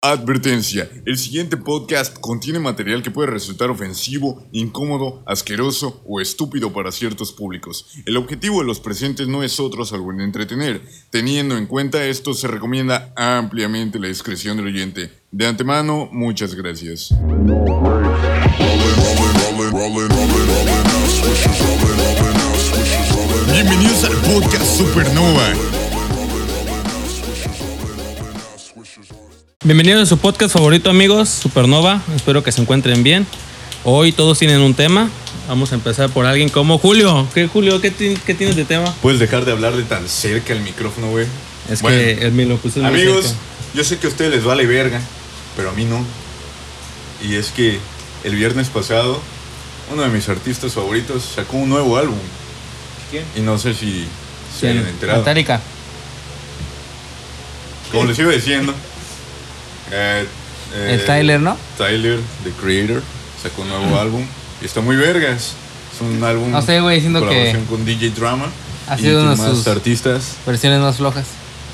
Advertencia, el siguiente podcast contiene material que puede resultar ofensivo, incómodo, asqueroso o estúpido para ciertos públicos. El objetivo de los presentes no es otro salvo en entretener. Teniendo en cuenta esto, se recomienda ampliamente la discreción del oyente. De antemano, muchas gracias. Bienvenidos al podcast Supernova. Bienvenidos a su podcast favorito, amigos, Supernova. Espero que se encuentren bien. Hoy todos tienen un tema. Vamos a empezar por alguien como Julio. ¿Qué, Julio? ¿Qué tienes de tema? ¿Puedes dejar de hablar de tan cerca el micrófono, güey? Es bueno, que él me lo puso muy amigos, cerca. Yo sé que a ustedes les vale verga, pero a mí no. Y es que el viernes pasado, uno de mis artistas favoritos sacó un nuevo álbum. ¿Quién? Y no sé si se hayan enterado. Metallica. Como les iba diciendo, el Tyler, ¿no? Tyler, The Creator, sacó un nuevo álbum y está muy vergas. Es un álbum no sé, güey, diciendo colaboración que con DJ Drama ha y sido uno de más sus artistas. versiones más flojas.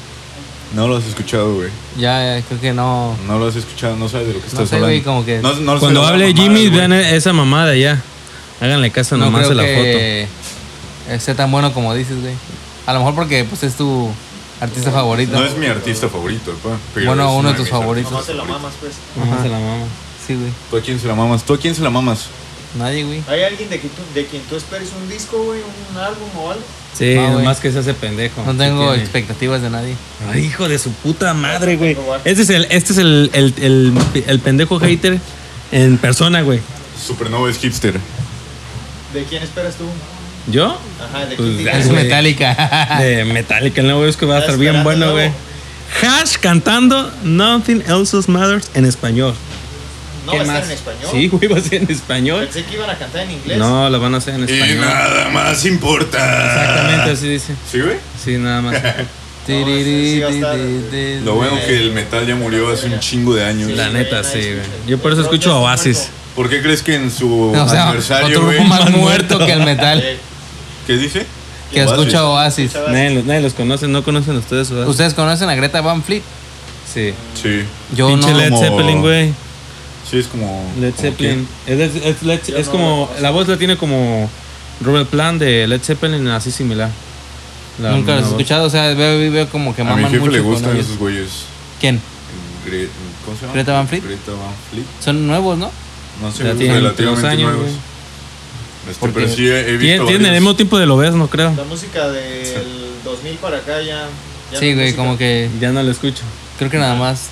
No lo has escuchado, güey. Ya, creo que no. No lo has escuchado, no sabes de lo que estás No sé, hablando. güey, como que No cuando hable Jimmy, vean esa mamada ya. Háganle caso, No nomás creo de la que foto. sea tan bueno como dices, güey. A lo mejor porque pues es tu artista favorito. No es mi artista favorito, pa, pero Bueno, es uno de mis tus favoritos. Nomás te la mamas, pues. Nomás se la mama. Sí, güey. ¿Tú a quién se la mamas? ¿Tú a quién se la mamas? Nadie, güey. ¿Hay alguien de quien tú esperes un disco, güey? ¿Un álbum o algo? Sí, No, güey. nomás que se hace pendejo. No tengo Sí tiene. expectativas de nadie. Ay, hijo de su puta madre, güey. Igual. Este es el pendejo hater en persona, güey. Supernova es hipster. ¿De quién esperas tú? ¿Yo? Ajá, ¿de Pues, quién Ay, Es güey. Metallica. De Metallica, no, güey, es que va a estar bien Esperando bueno, güey. nuevo. Hash cantando Nothing Else Matters en español. ¿No ¿Qué va a estar más? en español? Sí, güey, va a ser en español. Pensé que iban a cantar en inglés. No, lo van a hacer en Y español. nada más importa. Exactamente así dice. ¿Sí, güey? Sí, nada más. Sí va a estar. Lo bueno que el metal ya murió hace un chingo de años. La neta, nadie sí, escucha. güey. Yo por eso escucho a Oasis. ¿Por qué crees que en su O sea, aniversario, otro güey? grupo más muerto que el metal. ¿Qué dice? Que escucha Oasis. Nadie los conoce, no conocen ustedes Oasis. ¿Ustedes conocen a Greta Van Fleet? Sí. Sí. Yo Pinche no. Led como- Zeppelin, güey. Sí, es como. Led como Zeppelin. Es no como. la La voz la tiene como Robert Plant de Led Zeppelin, así similar. Nunca los he escuchado. O sea, veo como que ¿quién? A mi maman jefe mucho le con gustan ellos. esos güeyes. ¿Quién? ¿Cómo se llama? ¿Greta Van Fleet? Greta Van Fleet. Son nuevos, ¿no? No sé, Ya pues, tienen relativamente 2 años, nuevos. güey. Porque Pero sí he visto. Tienen el varios. mismo tiempo de Lobezno, creo. La música del 2000 para acá ya no Sí, es güey, música. como que Ya no lo escucho. creo que nada más.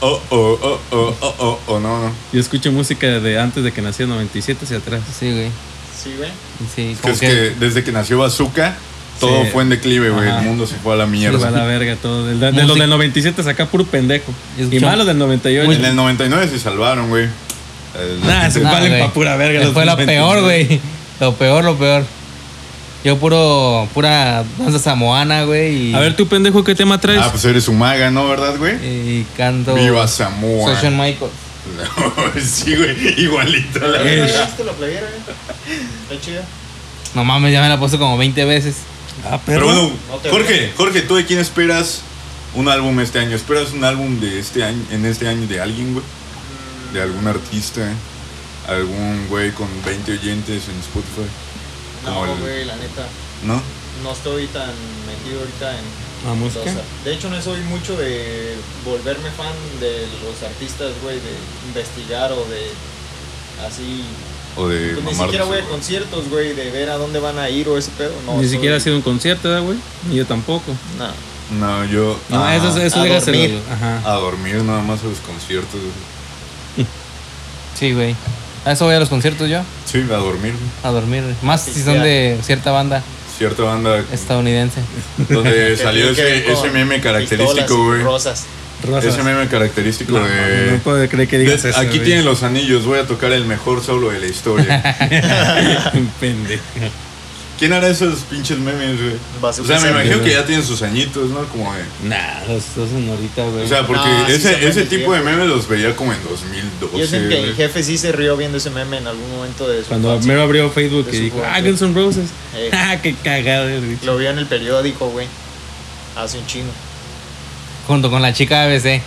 No. Yo escucho música de antes de que nació, 97 hacia atrás. Sí, güey. Sí, güey. Sí, Es como que desde que nació Bazooka, todo Sí. fue en declive, güey. Ajá. El mundo se fue a la Se va a mierda. la verga todo. De los Música. del 97 saca puro pendejo. Y Y escuchamos- malos del 98. En el 99 se salvaron, güey. Nah, se Nah, valen güey. pa' pura verga. los Fue del lo peor, 99. güey. Lo peor. Yo pura danza samoana, güey. A ver, tú pendejo, ¿qué tema traes? Ah, pues eres un maga, ¿no? ¿Verdad, güey? Y canto. Viva Samoa. Soy Shawn Michaels. Sí, güey, igualito. La ¿Ya verdad. viste la playera, güey? Está chida. No mames, ya me la puse como 20 veces. Ah, Pero bueno, No te Jorge, ¿tú de quién esperas un álbum este año? ¿Esperas un álbum de este año, en este año de alguien, güey? ¿De algún artista? ¿Algún güey con 20 oyentes en Spotify? Como No, el- güey, la neta. ¿No? No estoy tan metido ahorita en ¿La música? cosas. De hecho, no soy mucho de volverme fan de los artistas, güey, de investigar o de así. ¿O de Pues ni mamar? siquiera voy a conciertos, güey, de ver a dónde van a ir o ese pedo. No, Ni siquiera ha soy- sido un concierto, ¿verdad, güey? Ni yo tampoco. No. No, yo... No, ah, eso a déjaselo. dormir. Ajá. A dormir nada más a los conciertos, güey. Sí, güey. A eso voy a los conciertos yo. Sí, a dormir, güey. A dormir. Más si son Pistear. de cierta banda Cierta banda estadounidense. donde Que salió tiene que ver ese con meme pistolas característico, y güey. Rosas. Rosas. Ese meme característico No, de... no puedo creer que digas eso. Aquí güey. tienen los anillos, voy a tocar el mejor solo de la historia. Pendejo. ¿Quién hará esos pinches memes, güey? Vas a O sea, me empezar, imagino güey. que ya tienen sus añitos, ¿no? Como de... Nah, los hacen ahorita, güey. O sea, porque No, sí ese son memes tipo de viejos. memes los veía como en 2012. Dicen que güey. el jefe sí se rió viendo ese meme en algún momento de su Cuando infancia. Mero abrió Facebook De y su dijo, juventud. Guns N' Roses. Eh. Qué cagado, güey. Lo vio en el periódico, güey. Hace un chingo. junto con la chica ABC.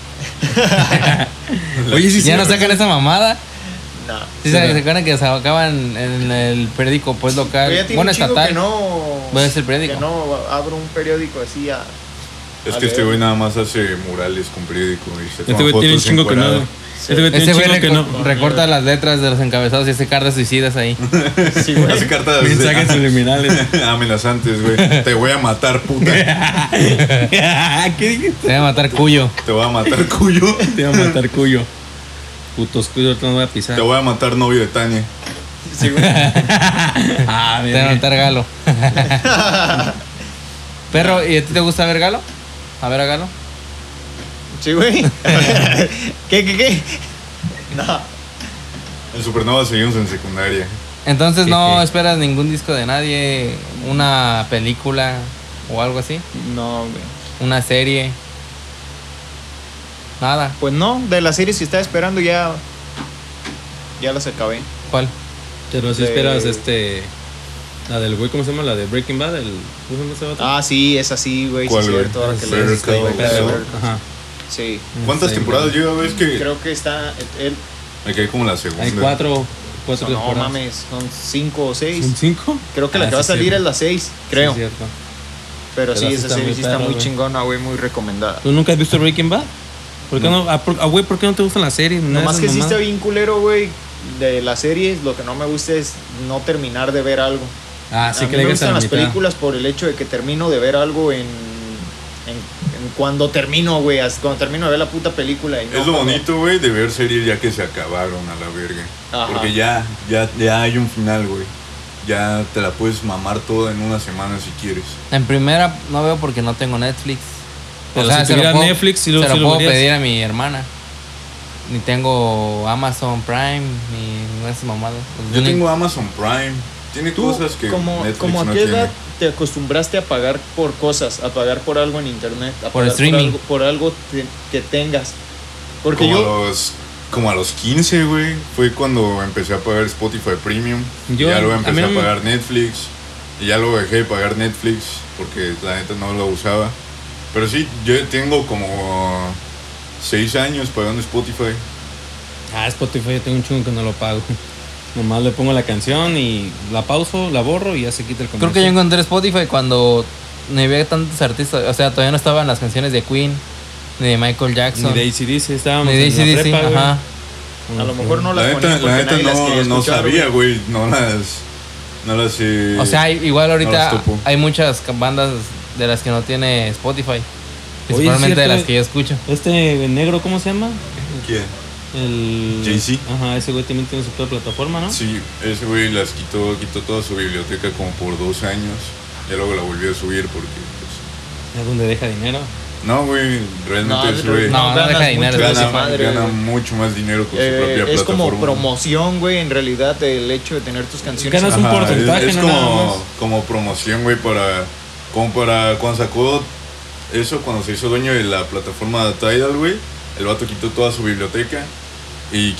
Oye, sí, ¿Ya no sacan esa mamada? No. Sí, se acuerdan que se acaban en el periódico pues local. Ya tiene Bueno, un chingo estatal. que no. Voy a hacer periódico. Que no abro un periódico así a. Es a que este leer. güey nada más hace murales con periódico y se Este toma güey tiene un fotos chingo que no. encuerado. Este güey tiene Ese un güey chingo que no. recorta las letras de los encabezados y hace cartas suicidas ahí. Sí, güey. Hace cartas Mensajes subliminales. amenazantes, güey. Te voy a matar, puta. ¿Qué dijiste? Te voy a matar cuyo. Te voy a matar, cuyo. Te voy a matar cuyo. Putos cuyo, ahorita no voy a pisar. Te voy a matar, novio de Tania. Sí, güey. Ah, Te voy a matar Galo. Perro, ¿y a ti te gusta ver Galo? A ver a Galo. Sí, güey. ¿Qué? No. En Supernova seguimos en secundaria. Entonces ¿Qué, no qué? esperas ningún disco de nadie, una película o algo así, No, güey. una serie. Nada. Pues no, de las series que estaba esperando ya. Ya las acabé. ¿Cuál? Pero si De- esperas la del güey, ¿cómo se llama? La de Breaking Bad, ¿cómo se llama ese vato? Ah, sí, es así, güey. Sí, ¿Cuál, es güey? cierto. Ahora que Better lees, Call güey, Saul. Better- Ajá. Sí. ¿Cuántas Sí, temporadas lleva? ¿Ves que Creo que está. Él, me quedé como la segunda? Hay cuatro no temporadas. mames, son 5 o 6. ¿Son 5? Creo que la que va a salir es la 6, creo. Sí, cierto. Pero sí, sí esa está serie muy sí está perra, muy güey. chingona, güey, muy recomendada. ¿Tú nunca has visto Breaking Bad? ¿Por qué no? Güey, ¿por qué no te gustan las series? Nada de Nomás esas que sí mamadas. está bien culero, güey, de las series. Lo que no me gusta es no terminar de ver algo. Ah, sí A que mí le me digas a gustan la las mitad. películas por el hecho de que termino de ver algo en cuando termino, güey. Cuando termino de ver la puta película. Y no Es lo cuando- bonito, güey, de ver series ya que se acabaron a la verga. Ajá. Porque ya hay un final, güey. Ya te la puedes mamar toda en una semana si quieres. En primera no veo porque no tengo Netflix. Pero si tuviera Netflix, sí lo se lo sí lo puedo verías. pedir a mi hermana. Ni tengo Amazon Prime, ni esas mamadas. Yo Ni- tengo Amazon Prime. Tiene Tú, cosas que como Netflix a no qué tiene. edad te acostumbraste a pagar por cosas, a pagar por algo en internet, a Por pagar streaming. por algo que tengas? Porque Como a los 15, güey, fue cuando empecé a pagar Spotify Premium. Yo- Ya luego a mí empecé no a me- pagar Netflix. Y ya luego dejé de pagar Netflix porque la neta no lo usaba. Pero sí, yo tengo como 6 años pagando Spotify. Ah, Spotify yo tengo un chingo que no lo pago. Nomás le pongo la canción y la pauso, la borro y ya se quita el Creo comercial. que yo encontré Spotify cuando no había tantos artistas. O sea, todavía no estaban las canciones de Queen, ni de Michael Jackson, Ni de AC/DC, estábamos ni de en la AC/DC, prepa, güey. ajá. a lo mejor no La las ponía neta, porque nadie las quería no escuchar, sabía, güey. güey. No las O sea, igual no ahorita las topo. hay muchas bandas de las que no tiene Spotify. es Principalmente de cierto, las que yo escucho. Este negro, ¿cómo se llama? ¿Quién? El... Jay-Z. Ajá, ese güey también tiene su propia plataforma, ¿no? Sí, ese güey quitó toda su biblioteca como por 2 años. Ya luego la volvió a subir porque, pues... Es donde deja dinero. No, güey, realmente ese güey no deja ganas dinero, mucho de esa gana, madre, gana güey. mucho más dinero con su propia Es plataforma. como promoción, güey, en realidad, el hecho de tener tus canciones. Ganas un Ajá, porcentaje, es no nada más. como promoción, güey, para cuando sacó eso, cuando se hizo dueño de la plataforma Tidal, güey, el vato quitó toda su biblioteca y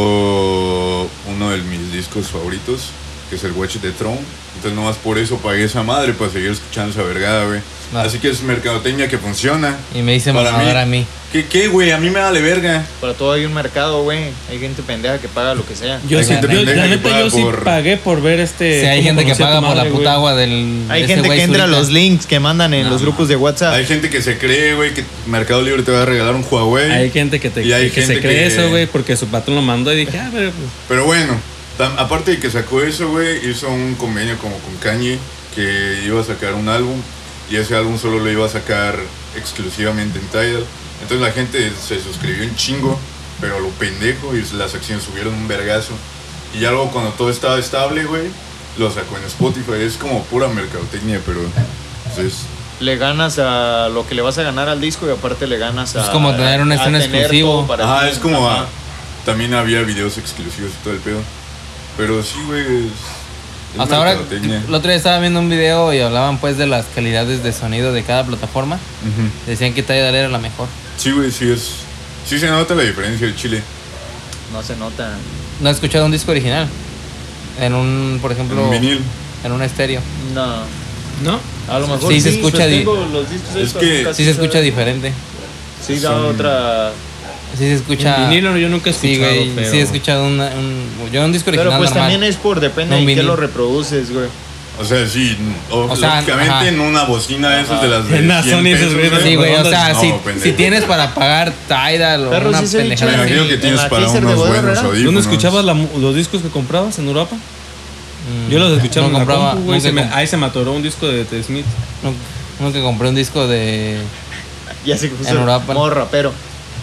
quitó uno de mis discos favoritos, que es el Watch the Throne. Entonces nomás por eso pagué esa madre, para seguir escuchando esa vergada, güey. Claro. Así que es mercadotecnia que funciona. Y me dice Para mamador mí. a mí. ¿Qué, güey? A mí me vale verga. Para todo hay un mercado, güey. Hay gente pendeja que paga lo que sea. Yo Hay sí, gente pendeja la que neta, paga yo sí por- pagué por ver Si hay cómo gente que conocí a tu paga por la madre, puta güey. agua del. Hay de ese gente güey que entra a Zurita. los links que mandan en No, los grupos de WhatsApp. Hay gente que se cree, güey, que Mercado Libre te va a regalar un Huawei. Hay gente que, Y hay que se gente cree que- eso, güey, porque su patrón lo mandó y dije, pero pues, Pero bueno, aparte de que sacó eso, güey, hizo un convenio como con Kanye que iba a sacar un álbum y ese álbum solo lo iba a sacar exclusivamente en Tidal. Entonces la gente se suscribió un chingo, pero a lo pendejo, y las acciones subieron un vergazo. Y ya luego cuando todo estaba estable, güey, lo sacó en Spotify. Es como pura mercadotecnia, pero pues, es... Le ganas a lo que le vas a ganar al disco y aparte le ganas a. Es como tener un a estreno tener exclusivo. todo para Ajá, ti. es como... Ajá. también había videos exclusivos y todo el pedo. Pero sí, güey, es Hasta ahora, mercadotecnia. el otro día estaba viendo un video y hablaban pues de las calidades de sonido de cada plataforma. Ujú. Decían que Tidal era la mejor. Sí, güey, sí se nota la diferencia del chile. No se nota. No he escuchado un disco original. En un, por ejemplo, En vinil. en un estéreo. No. ¿no? A lo mejor Sí, se escucha pues di- tengo los discos Es estos, que- casi Sí se escucha sabe. diferente. Sí, da Son- otra. Sí se escucha. En vinilo yo nunca he Sí, escuchado, güey. pero... Sí he escuchado yo un disco original Pero pues normal. también es por depende No en qué vinil. lo reproduces, güey. O sea, sí, O sea, lógicamente ajá. en una bocina de esas de las de En una 100 Sony esas, pesos, güey, Sí, güey, o sea, No, si pendejo. tienes para pagar Tidal o Perro, una sí se Me echa pendejada en- imagino así. que tienes la para Kaiser de unos Boda buenos Herrera. audífonos. ¿Dónde escuchabas los discos que comprabas? ¿En Europa? Yo los escuchaba no en la compraba, compu, güey. nunca Ahí se me atoró un disco de The Smith. Nunca compré un disco de. Ya se puso En Europa. modo rapero.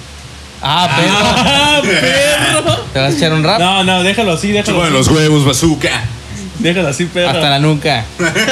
Ah, perro. ¿Te vas a echar un rap? No, déjalo así, déjalo Chúpame los así. huevos, bazooka. Déjalo así, perro. Hasta la nuca.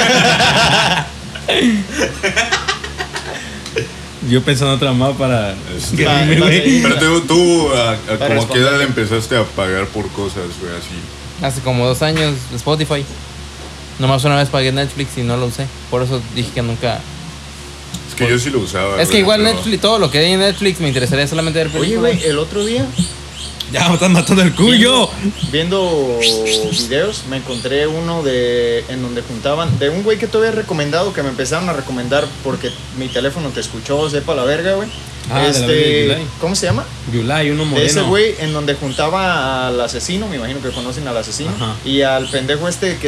Yo pensando otra más para... Este, Va, que- va a seguir. Pero tú ¿a como qué responder. edad empezaste a pagar por cosas, güey, así? Hace como 2 años Spotify. Nomás una vez pagué Netflix y no lo usé. Por eso dije que nunca. Es que yo sí lo usaba. Es que güey, igual pero- Netflix, todo lo que hay en Netflix me interesaría solamente ver Oye, películas. güey, el otro día, Ya me estás matando el cuyo. viendo videos, me encontré uno en donde juntaban, de un güey que te había recomendado, que me empezaron a recomendar porque mi teléfono te escuchó, sepa la verga, güey. Ah, de la verga de Yulai. ¿Cómo se llama? Yulai, uno De moreno. ese güey en donde juntaba al asesino, me imagino que conocen al asesino, Ajá. y al pendejo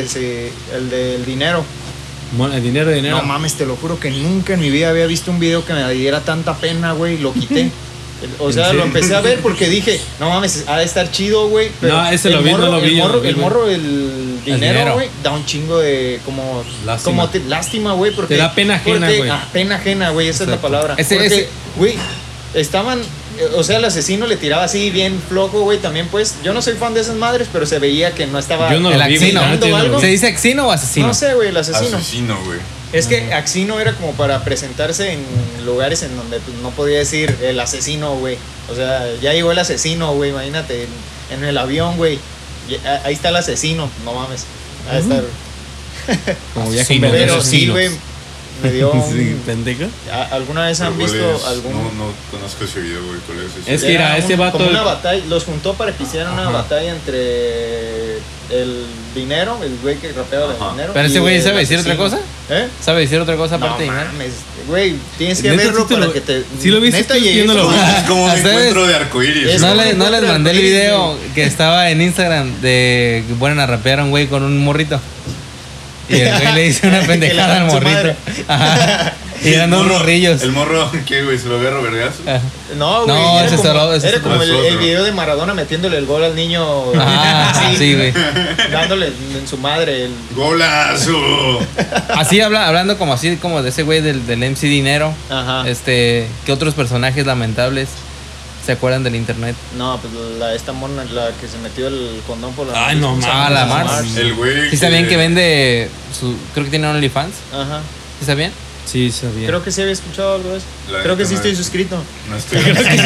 el del dinero. El dinero. No mames, te lo juro que nunca en mi vida había visto un video que me diera tanta pena, güey, lo quité. O ¿En sea, serio? lo empecé a ver porque dije, no mames, ha de estar chido, güey. pero No, ese el lo vi, no morro- lo vi, El yo morro, lo vi, el, güey. morro, el dinero, dinero. güey, da un chingo de como Lástima. lástima, güey, porque Te da pena ajena, porque- güey. pena ajena, güey, esa es la Exacto. palabra. Ese- Porque, güey, estaban o sea, el asesino le tiraba así bien flojo, güey, también pues. Yo no soy fan de esas madres, pero se veía que no estaba Yo no El lo vi, Axino. güey, la neta yo no lo ¿Algo? vi. ¿Se dice Axino o asesino? No sé, güey, el asesino. Asesino, güey. Es que Axino era como para presentarse en lugares en donde pues, no podía decir el asesino, güey. O sea, ya llegó el asesino, güey, imagínate, en el avión, güey. Ahí está el asesino, no mames. Ahí está. Como viaje Asesino, en Pero verano. sí, güey, me dio un... Sí, pendejo. ¿Alguna vez han Pero visto ¿cuál es? algún...? No conozco ese video, güey. ¿Cuál es ese? Es que mira, ese vato- Como una batalla, los juntó para que hicieran una Ajá. batalla entre el dinero, el güey que rapeaba el Ajá. dinero. Pero ese y güey el sabe decir otra asesino. cosa. ¿Eh? ¿Sabe decir otra cosa No aparte de dinero? mames, güey, tienes que Neta, verlo sí te para lo- que te... sí lo viste, Neta, estoy llegué viéndolo. como- Es como un ¿A ustedes? encuentro de arcoíris. Es- ¿no? No, como no les encuentra mandé el arcoíris, video que estaba en Instagram de que ponen a rapear a un güey con un morrito. Y el güey le dice una Que le pendejada al dan su morrito. madre. Ajá. Y eran dos morro- morrillos. El morro, ¿qué, güey? ¿Se lo agarra vergazo? Ajá. No, güey, No, era ese como, solo- ese era es como otro. el, Es otro. el video de Maradona metiéndole el gol al niño. Ah, sí, güey. Dándole en su madre el... ¡Golazo! Así hablando como así, como de ese güey del MC Dinero. Ajá. ¿Qué otros personajes lamentables se acuerdan del internet? No, pues esta mona, la que se metió el condón por la... Ay, no ¿cómo se mames. llama? Ah, la Mars. El güey. ¿Sí sabían que vende creo que tiene OnlyFans? Ajá. ¿Sí sabían? Sí, sabía. Creo que sí había escuchado algo de eso. La Creo que neta, sí no. estoy suscrito. No estoy.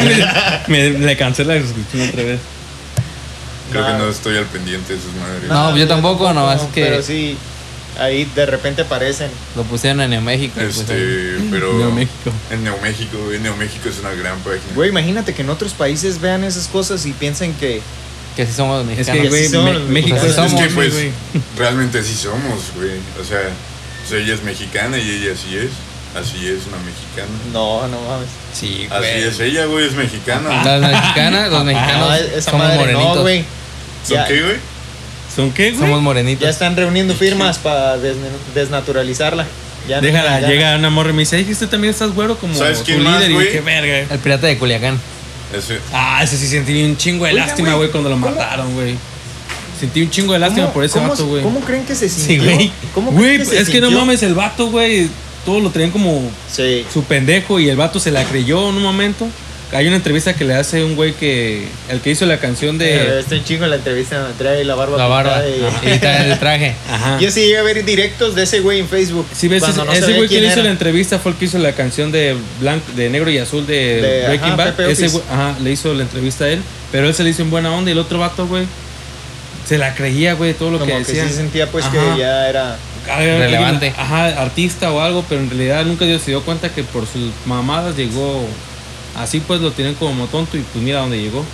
Le cancela la suscripción otra vez. Creo que no estoy al pendiente de sus madres. No, yo tampoco, nomás que- Pero sí, ahí de repente aparecen. Lo pusieron en Neo México. pues, Pero. Neo México. En Neo México, güey. Neo México es una gran página. Güey, imagínate que en otros países vean esas cosas y piensen que... que sí somos Es mexicanos. que, güey, sí somos los México mexicanos. es Es que, somos, pues, güey. realmente sí somos, güey. O sea, ella es mexicana y ella así es. Así es una mexicana. No, no mames. Sí, Así es ella, güey, es mexicana. Los mexicanos No, esa somos madre morenitos. no, güey. ¿Son Ya, qué, güey? ¿Son qué, güey? Somos ya morenitos. están reuniendo firmas para desnaturalizarla. Ya no- Déjala, ya- llega una morra y me dice, ay, que usted también estás güero como ¿Sabes tu quién más, líder. Y güey? qué verga. El pirata de Culiacán. Ese. Ah, ese sí sentí un chingo de Oigan, lástima, güey, güey, cuando lo ¿cómo? mataron, güey. Sentí un chingo de lástima por ese vato, güey. ¿Cómo creen que se Sí, sintió? güey. ¿Cómo Güey, creen que se es que no sintió? mames, el vato, güey, todos lo traían como Sí. su pendejo y el vato se la creyó en un momento. Hay una entrevista que le hace un güey el que hizo la canción de... Estoy chingo en la entrevista, me trae la barba. La barba. pintada Y trae el traje. Ajá. Yo sí llegué a ver directos de ese güey en Facebook. Sí, ves, cuando no ese sabía güey que quién le hizo era. la entrevista fue el que hizo la canción de negro y azul de, De, Breaking ajá, Bad. Pepe Ese Otis. güey, ajá, le hizo la entrevista a él, pero él se le hizo en buena onda y el otro vato, güey, se la creía, güey, todo lo Como que que decía. sí sentía pues Ajá. que ya era... Relevante. Ajá, artista o algo, pero en realidad nunca se dio cuenta que por sus mamadas llegó así, pues lo tienen como tonto y pues mira dónde llegó.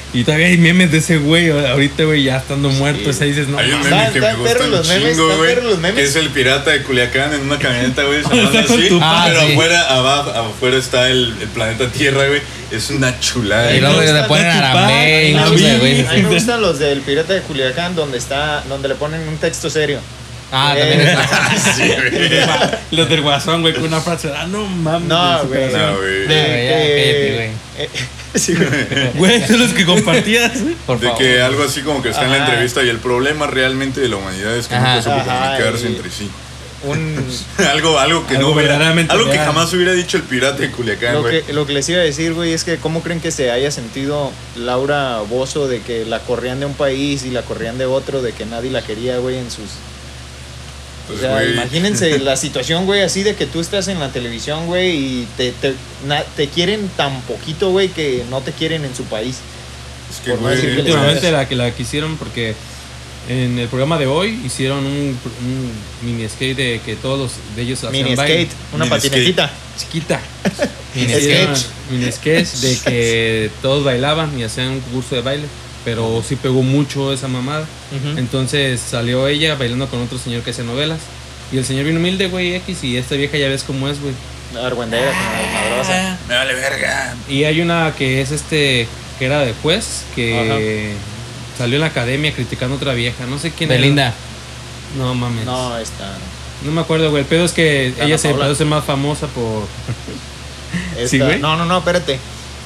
Y todavía hay memes de ese güey. Ahorita, güey, ya estando muerto. O sea, dices, no Hay un mames. meme que me Están gusta perros un los memes, chingo, están güey. perros los memes. Que es el pirata de Culiacán en una camioneta, güey. Se llama Está con así. tu Pero sí. afuera está el planeta Tierra, güey. Es una chulada. Y luego güey. le ponen tu aramé y A no mí, sé, güey. a mí me gustan los del Pirata de Culiacán donde le ponen un texto serio. Ah, también es. Sí, güey. Los del guasón, güey, con una frase. Ah, no mames. No, de güey. superación. No, güey. De sí, güey. Güey, son los que compartías. Por De favor. que algo así como que está en la Ajá. entrevista y el problema realmente de la humanidad es que Ajá. nunca supo Ajá, comunicarse y- entre sí. Un, algo que Algo no hubiera, verdaderamente algo que real. jamás hubiera dicho el pirata de Culiacán, güey. lo que les iba a decir, güey, es que cómo creen que se haya sentido Laura Bozzo de que la corrían de un país y la corrían de otro, de que nadie la quería, güey, en sus... Pues, O sea, güey, imagínense la situación, güey, así de que tú estás en la televisión, güey, y te quieren tan poquito, güey, que no te quieren en su país. es que, por no güey, decir que les Últimamente la quisieron porque en el programa de hoy hicieron un mini skate de que todos de ellos hacían Mini baile. skate, una Mini patinetita. Chiquita. Mini Hicieron sketch. Mini sketch de que todos bailaban y hacían un curso de baile. Pero sí pegó mucho esa mamada. Ujú. Entonces salió ella bailando con otro señor que hace novelas. Y el señor vino humilde, güey, X. Y esta vieja ya ves cómo es, güey. Argüendera, madrosa. me vale verga. Y hay una que es que era de juez, que salió en la academia criticando a otra vieja. No sé quién era. Belinda. No mames. No, está. No me acuerdo, güey. El pedo es que Ana ella se Paula. empezó a ser más famosa por. Esta, ¿Sí, güey? no, espérate.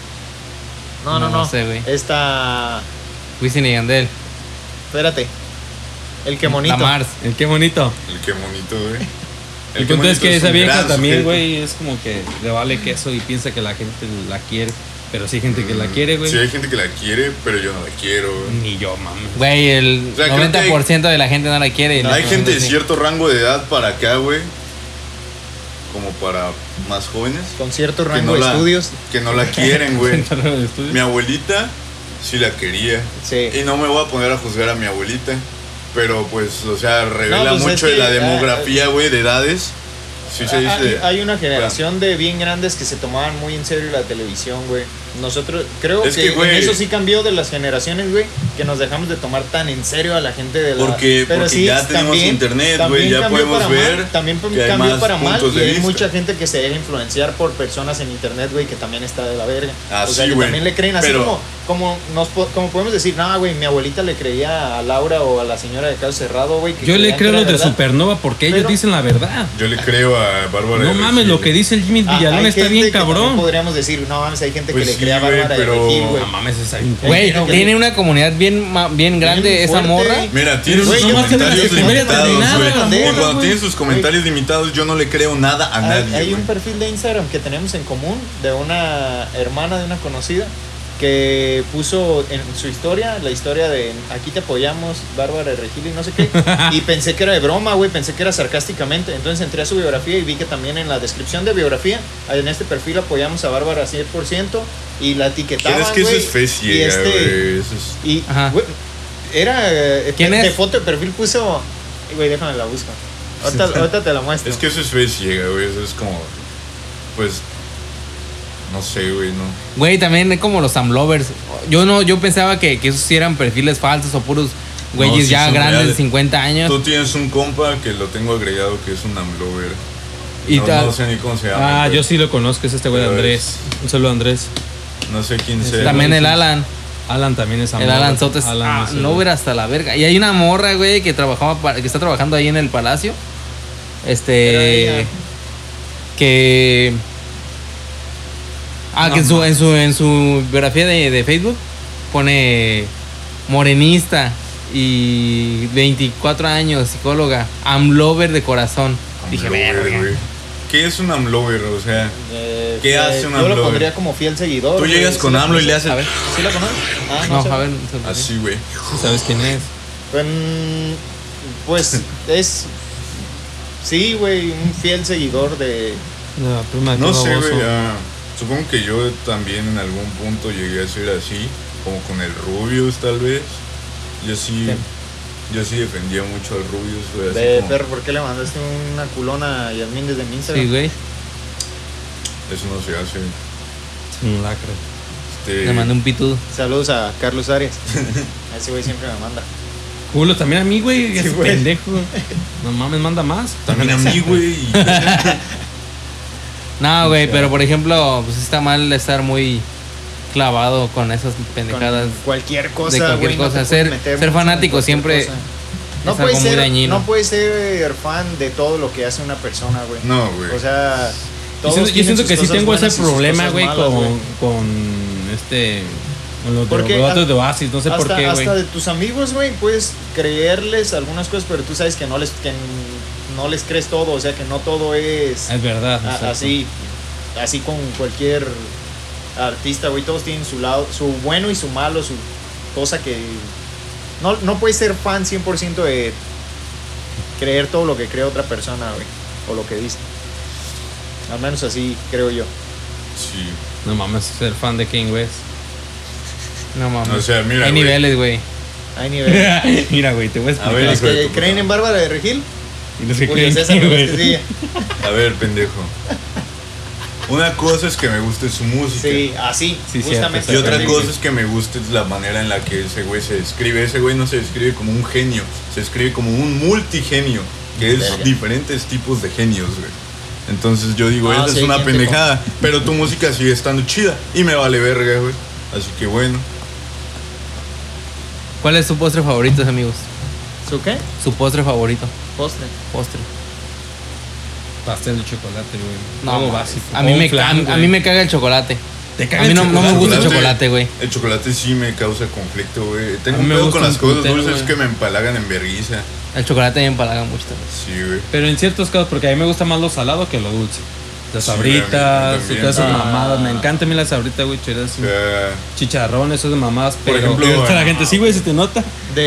No, No sé, güey. Esta. Wisin y Yandel. Espérate. El que monito. La Mars. El qué bonito. El que bonito, güey. El punto es que esa un vieja gran también, sujeto. güey, es como que le vale queso y piensa que la gente la quiere. Pero sí hay gente que la quiere, güey. Sí, hay gente que la quiere, pero yo no la quiero, güey. Ni yo, mames. Güey, el O sea, creo que 90% de la gente no la quiere. Y Hay la gente de sí. cierto rango de edad para acá, güey. Como para más jóvenes. Con cierto que rango no de la- estudios. Que no la quieren, güey. Centro de estudios. Mi abuelita sí la quería. Sí. Y no me voy a poner a juzgar a mi abuelita. Pero pues, o sea, revela No, pues, mucho es de la que, demografía, güey, de edades. Sí se dice. Hay una generación de bien grandes que se tomaban muy en serio la televisión, güey. Nosotros, creo Es que, que, güey, en eso sí cambió de las generaciones, güey, que nos dejamos de tomar tan en serio a la gente de la... Porque Pero ya tenemos internet, también güey, ya cambió podemos para ver mal, también que hay cambió más para mal puntos y de hay vista. mucha gente que se deja influenciar por personas en internet, güey, que también está de la verga. Ah, o sea, sí, que güey. también le creen, así Pero- como podemos decir, no, güey, mi abuelita le creía a Laura o a la señora de Caso Cerrado, güey. que Yo le creían que creo era los de verdad. Supernova porque ellos Pero- dicen la verdad. Yo le creo a Bárbara. No de mames, Regil. lo que dice el Jimmy Villalón hay está gente bien que también cabrón. podríamos decir, no mames, hay gente Pues que le sí, crea a güey, Bárbara pero- de Regil, güey. No mames, está bien. Güey, Pero- tiene una comunidad bien grande Bien esa fuerte. morra. Mira, tiene Pero sus no más que comentarios de primaria limitados, terminada, güey. la Y morra, cuando güey. tiene sus comentarios limitados, yo no le creo nada a nadie. Hay un güey. perfil de Instagram que tenemos en común de una hermana de una conocida que puso en su historia, la historia de aquí te apoyamos, Bárbara de Regil y no sé qué. Y pensé que era de broma, güey, pensé que era sarcásticamente. Entonces entré a su biografía y vi que también en la descripción de biografía, en este perfil apoyamos a Bárbara 100% y la etiquetaban, ¿Quieres que eso güey, es fe y ciega, güey? Eso es... Y, Ajá. güey, era. ¿Quién de es? foto de perfil puso. Güey, déjame la busco. Ahorita te la muestro. Es que eso es fe ciega, güey. Eso es como. Pues. No sé, güey, no. Güey, también es como los Amlovers. Yo pensaba que esos sí eran perfiles falsos o puros güeyes No, sí ya son grandes de reales. 50 años. Tú tienes un compa que lo tengo agregado que es un amlover. Y no, tal. no sé ni cómo se llama. Ah, pero yo sí lo conozco, es este güey de Pero Andrés. Un saludo a Andrés. No sé quién sea. También el Alan. Alan también es El Alan Soto es Alan es el- Lover hasta la verga. Y hay una morra, güey, que que está trabajando ahí en el palacio. Era ella. Que. No, Que en su biografía de Facebook pone morenista y 24 años, psicóloga, amlover de corazón. Dije, Amlover, verga. güey. ¿Qué es un amlover? O sea, ¿Qué hace un Yo lo AMLover? pondría como fiel seguidor. tú güey. llegas ¿Sí con la AMLO y le conoces? haces. A ver. ¿Sí la conoces? Ah, No, sé. a ver. Así, güey. Sí sabes quién es. Pues es. Sí, güey, un fiel seguidor de. La prima de No Teo sé, Baboso. güey. Supongo que yo también en algún punto llegué a ser así. Como con el Rubius, tal vez. Yo sí. Sí. Yo sí defendía mucho al Rubius, güey. así De como- perro, ¿por qué le mandaste una culona a Yasmín desde mi Instagram? Sí, güey. Eso no se hace. Es un lacre. Le mandé un pitudo. Saludos a Carlos Arias. Ese güey siempre me manda. Julio, también a mí, güey. Sí, Ese güey. pendejo. No mames, manda más. También a mí, güey. No, güey, pero por ejemplo, pues está mal estar muy clavado con esas pendejadas. Con cualquier cosa, de cualquier güey, no cosa. te puedes Ser meter ser mucho en fanático cualquier siempre cosa. es algo muy dañino. No puedes ser fan de todo lo que hace una persona, güey. No, güey. O sea, Yo todos siento tienen sus que sí cosas tengo ese buenas y sus problema, cosas güey, malas, güey. con los Porque debates de Oasis. No sé por qué, güey. Hasta de tus amigos, güey, puedes creerles algunas cosas, pero tú sabes que no les crees todo, o sea, que no todo es Es verdad. exacto. así con cualquier artista, güey, todos tienen su lado, su bueno y su malo, su cosa que no puedes ser fan 100% de creer todo lo que cree otra persona, güey, o lo que dice. Al menos así creo yo. Sí. No mames, ser fan de Kanye West. No mames. O sea, mira, Hay güey. niveles, güey. Hay niveles. Mira, güey, te voy a explicar. A ver, Los hijo de que tu creen puta en Bárbara de Regil, Y los que Julio creen César que, López güey. Quesilla. A ver, pendejo. Una cosa es que me guste su música. Sí, así, Sí, justamente. Y otra Sí. cosa es que me guste la manera en la que ese güey se describe. Ese güey no se describe como un genio, se describe como un multigenio, que es Verga. diferentes tipos de genios, güey. Entonces yo digo, Ah, esa sí, es una gente pendejada, pero tu música sigue estando chida y me vale verga, güey. Así que bueno. ¿Cuál es su postre favorito, amigos? ¿Su qué? Su postre favorito. Postre. Postre. Pastel de chocolate, güey. No, Algo mames. básico. A mí, O me, un flan, a mí me caga el chocolate. ¿Te caga A mí el no me chocolate? gusta el chocolate, güey. El chocolate sí me causa conflicto, güey. Tengo A mí un me pedo gusta con las un cosas putero, dulces güey. que me empalagan en vergüenza. El chocolate me empalaga mucho también. Sí, güey. Pero en ciertos casos, porque a mí me gusta más lo salado que lo dulce. Las Sí, sabritas, a mí y también. todas esas Ah. mamadas. Me encanta a mí las sabritas, güey, chidas. O sea, Chicharrón, eso de mamadas. Por Pero ejemplo, y ahorita la ah, gente, sí, güey, se te nota.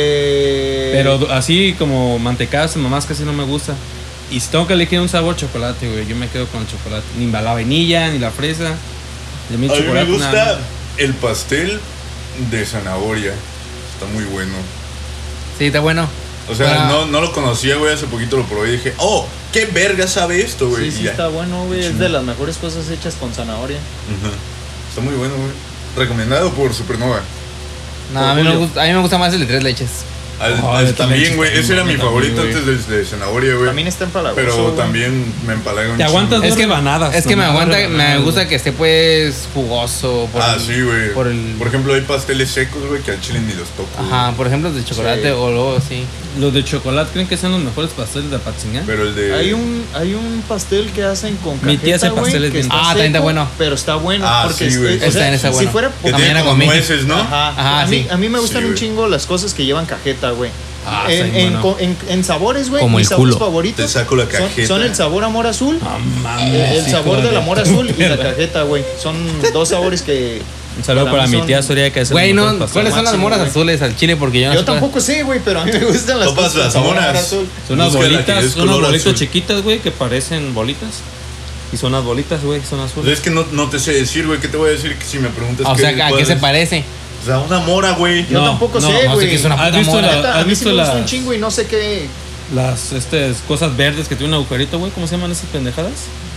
De. Pero así como mantecadas, mamás casi no me gusta. Y si tengo que elegir un sabor, chocolate, güey. Yo me quedo con el chocolate. Ni la vainilla, ni la fresa. De mí a mí me chocolate, gusta nada. el pastel de zanahoria. Está muy bueno. Sí, está bueno. O sea, Ah. no lo conocía, güey. Hace poquito lo probé y dije, oh, qué verga sabe esto, güey. Sí, Y ya. está bueno, güey. Es de las mejores cosas hechas con zanahoria. Ujú. Está muy bueno, güey. Recomendado por Supernova. No, Por a mí Julio. me gusta más el de 3 leches. de También, leche güey. también, Ese era mi también, favorito güey. antes de zanahoria, güey. También está empalagoso. Pero güey. también me empalaga un Te aguantas chingo. dos rebanadas. Es que me nomás, aguanta, rebanadas, me gusta güey. que esté pues jugoso. Ah, sí, güey. por el- Por ejemplo, hay pasteles secos, güey, que al chile ni los toco. Ajá, por ejemplo, de chocolate Sí. o luego sí. Los de chocolate, ¿creen que sean los mejores pasteles de Apatzingán? Pero el de... Hay un pastel que hacen con Mi tía hace cajeta, güey, pasteles que bien- está Ah, también está seco, bueno. Pero está bueno. Ah, porque sí, güey. o sea, Ese también está si bueno. fuera que también tiene la como comí. nueces, ¿no? Ajá. Ajá, a, mí, sí. a mí me gustan Sí, un güey. chingo las cosas que llevan cajeta, güey. Ah, en, está en, bueno. en sabores, güey, Como mis el sabores culo. favoritos Te saco la son, cajeta. son el sabor amor azul, Ah, mames, el hijo sabor del de amor tu azul y la perra. cajeta, güey. Son dos sabores que... Un saludo para mi tía Soria que hace Güey, los no, mejores ¿cuáles son las pasteles. máximo, moras güey. azules al chile? Porque yo no Yo sé cuál- tampoco sé, güey, pero a mí me gustan las Topas cosas con las sabor moras. amor azul. Son unas Búscala, que bolitas, es son unas color bolitas azul. chiquitas, güey, que parecen bolitas. Y son unas bolitas, güey, son Pues azules. es que no te sé decir, güey. ¿Qué te voy a decir si me preguntas O sea, ¿a cuál qué se es? parece? O sea, una mora, güey. Yo No, tampoco no, sé, no sé güey. qué es una ¿Has puta visto mora. la- Neta, a has mí sí visto me gusta las- un chingo y no sé qué... Las cosas verdes que tienen un agujerito, güey? ¿Cómo se llaman esas pendejadas?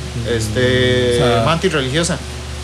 Este... O sea, mantis religiosa.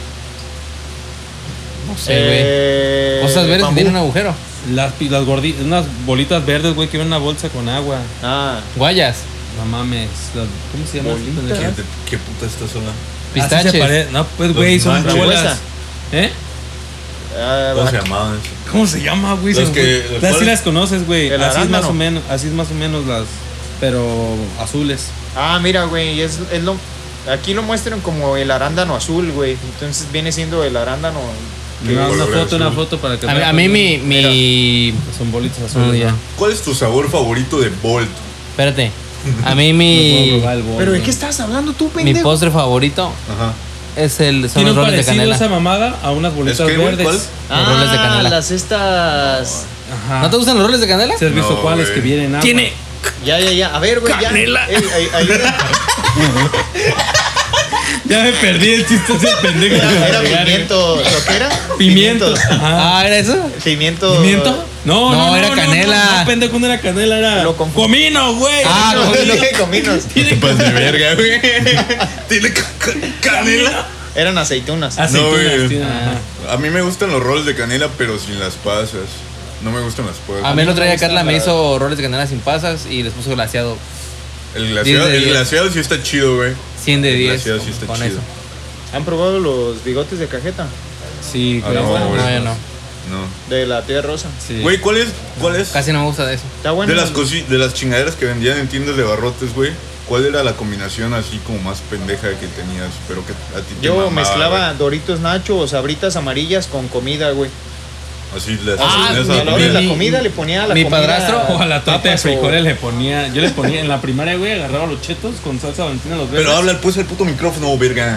No sé, güey. Cosas verdes que bambú. tienen un agujero. Las gorditas, unas bolitas verdes, güey, que vienen en una bolsa con agua. Ah, Guayas. No mames. ¿Cómo se llaman esas Bolitas. pendejadas? ¿Qué puta estás hablando? Así se Pistaches. No, pues, güey, Los son manches. bolas. Frambuesa. ¿Eh? ¿Cómo se llamaban eso? ¿Cómo se llama, güey? Los Se me que- fue. los Así cuales- las conoces, güey. El Así es más arándano. o menos, así es más o menos las, pero azules. Ah, mira, güey, es lo... Aquí lo muestran como el arándano azul, güey. Entonces viene siendo el arándano... que- Una foto para que A veas, mí güey. mi... Son bolitas azules. Ah, ya. ¿no? ¿Cuál es tu sabor favorito de Bolt? Espérate. A mí No puedo mi... probar el bol, ¿Pero de güey. qué estás hablando tú, Mi pendejo? postre favorito Ajá. es son Tiene los un roles de parecido canela. esa mamada a unas bolitas ¿Es qué, güey? verdes. ¿Cuál? Los roles de canela. Las estas... Ajá. ¿No te gustan los roles de canela? ¿Sí has visto No, cuáles güey. que vienen agua? Tiene... Ya. A ver, güey, ya. Canela. Ayuda. Ya me perdí el chiste ese pendejo. Era pimiento. ¿Lo que era? Pimientos. Ajá. Ah, ¿era eso? Pimiento. ¿Pimiento? No, era canela. No, pendejo, no era canela, era Lo confundí. comino, güey. Ah, comino. cominos. Te pasas de verga, güey. Tiene canela. Eran aceitunas. Aceitunas, güey. ajá. A mí me gustan los roles de canela, pero sin las pasas. No me gustan las pasas. A mí el otro día me gusta Carla me la- hizo roles de canela sin pasas y les puso glaseado. El glaseado, 10 de 10. el glaseado sí está chido, güey. 100 de El 10 glaseado sí está con chido. eso. ¿Han probado los bigotes de cajeta? Sí, Ah, claro. no, güey. No, yo no. No. De la tía Rosa. Sí. Güey, ¿cuál es? Casi no me gusta de eso. Está bueno. De las chingaderas que vendían en tiendas de barrotes, güey. ¿Cuál era la combinación así como más pendeja que tenías? Pero que a ti te Yo mamaba, mezclaba güey? Doritos Nacho o Sabritas amarillas con comida, güey. Así las Ah, ponías A a la la hora de comida. la comida le ponía a la mi comida padrastro, O a la torta de papas o- frijoles le ponía. Yo le ponía en la primaria, güey, agarraba los chetos con salsa valentina los verdes. Pero habla pues el puto micrófono, verga.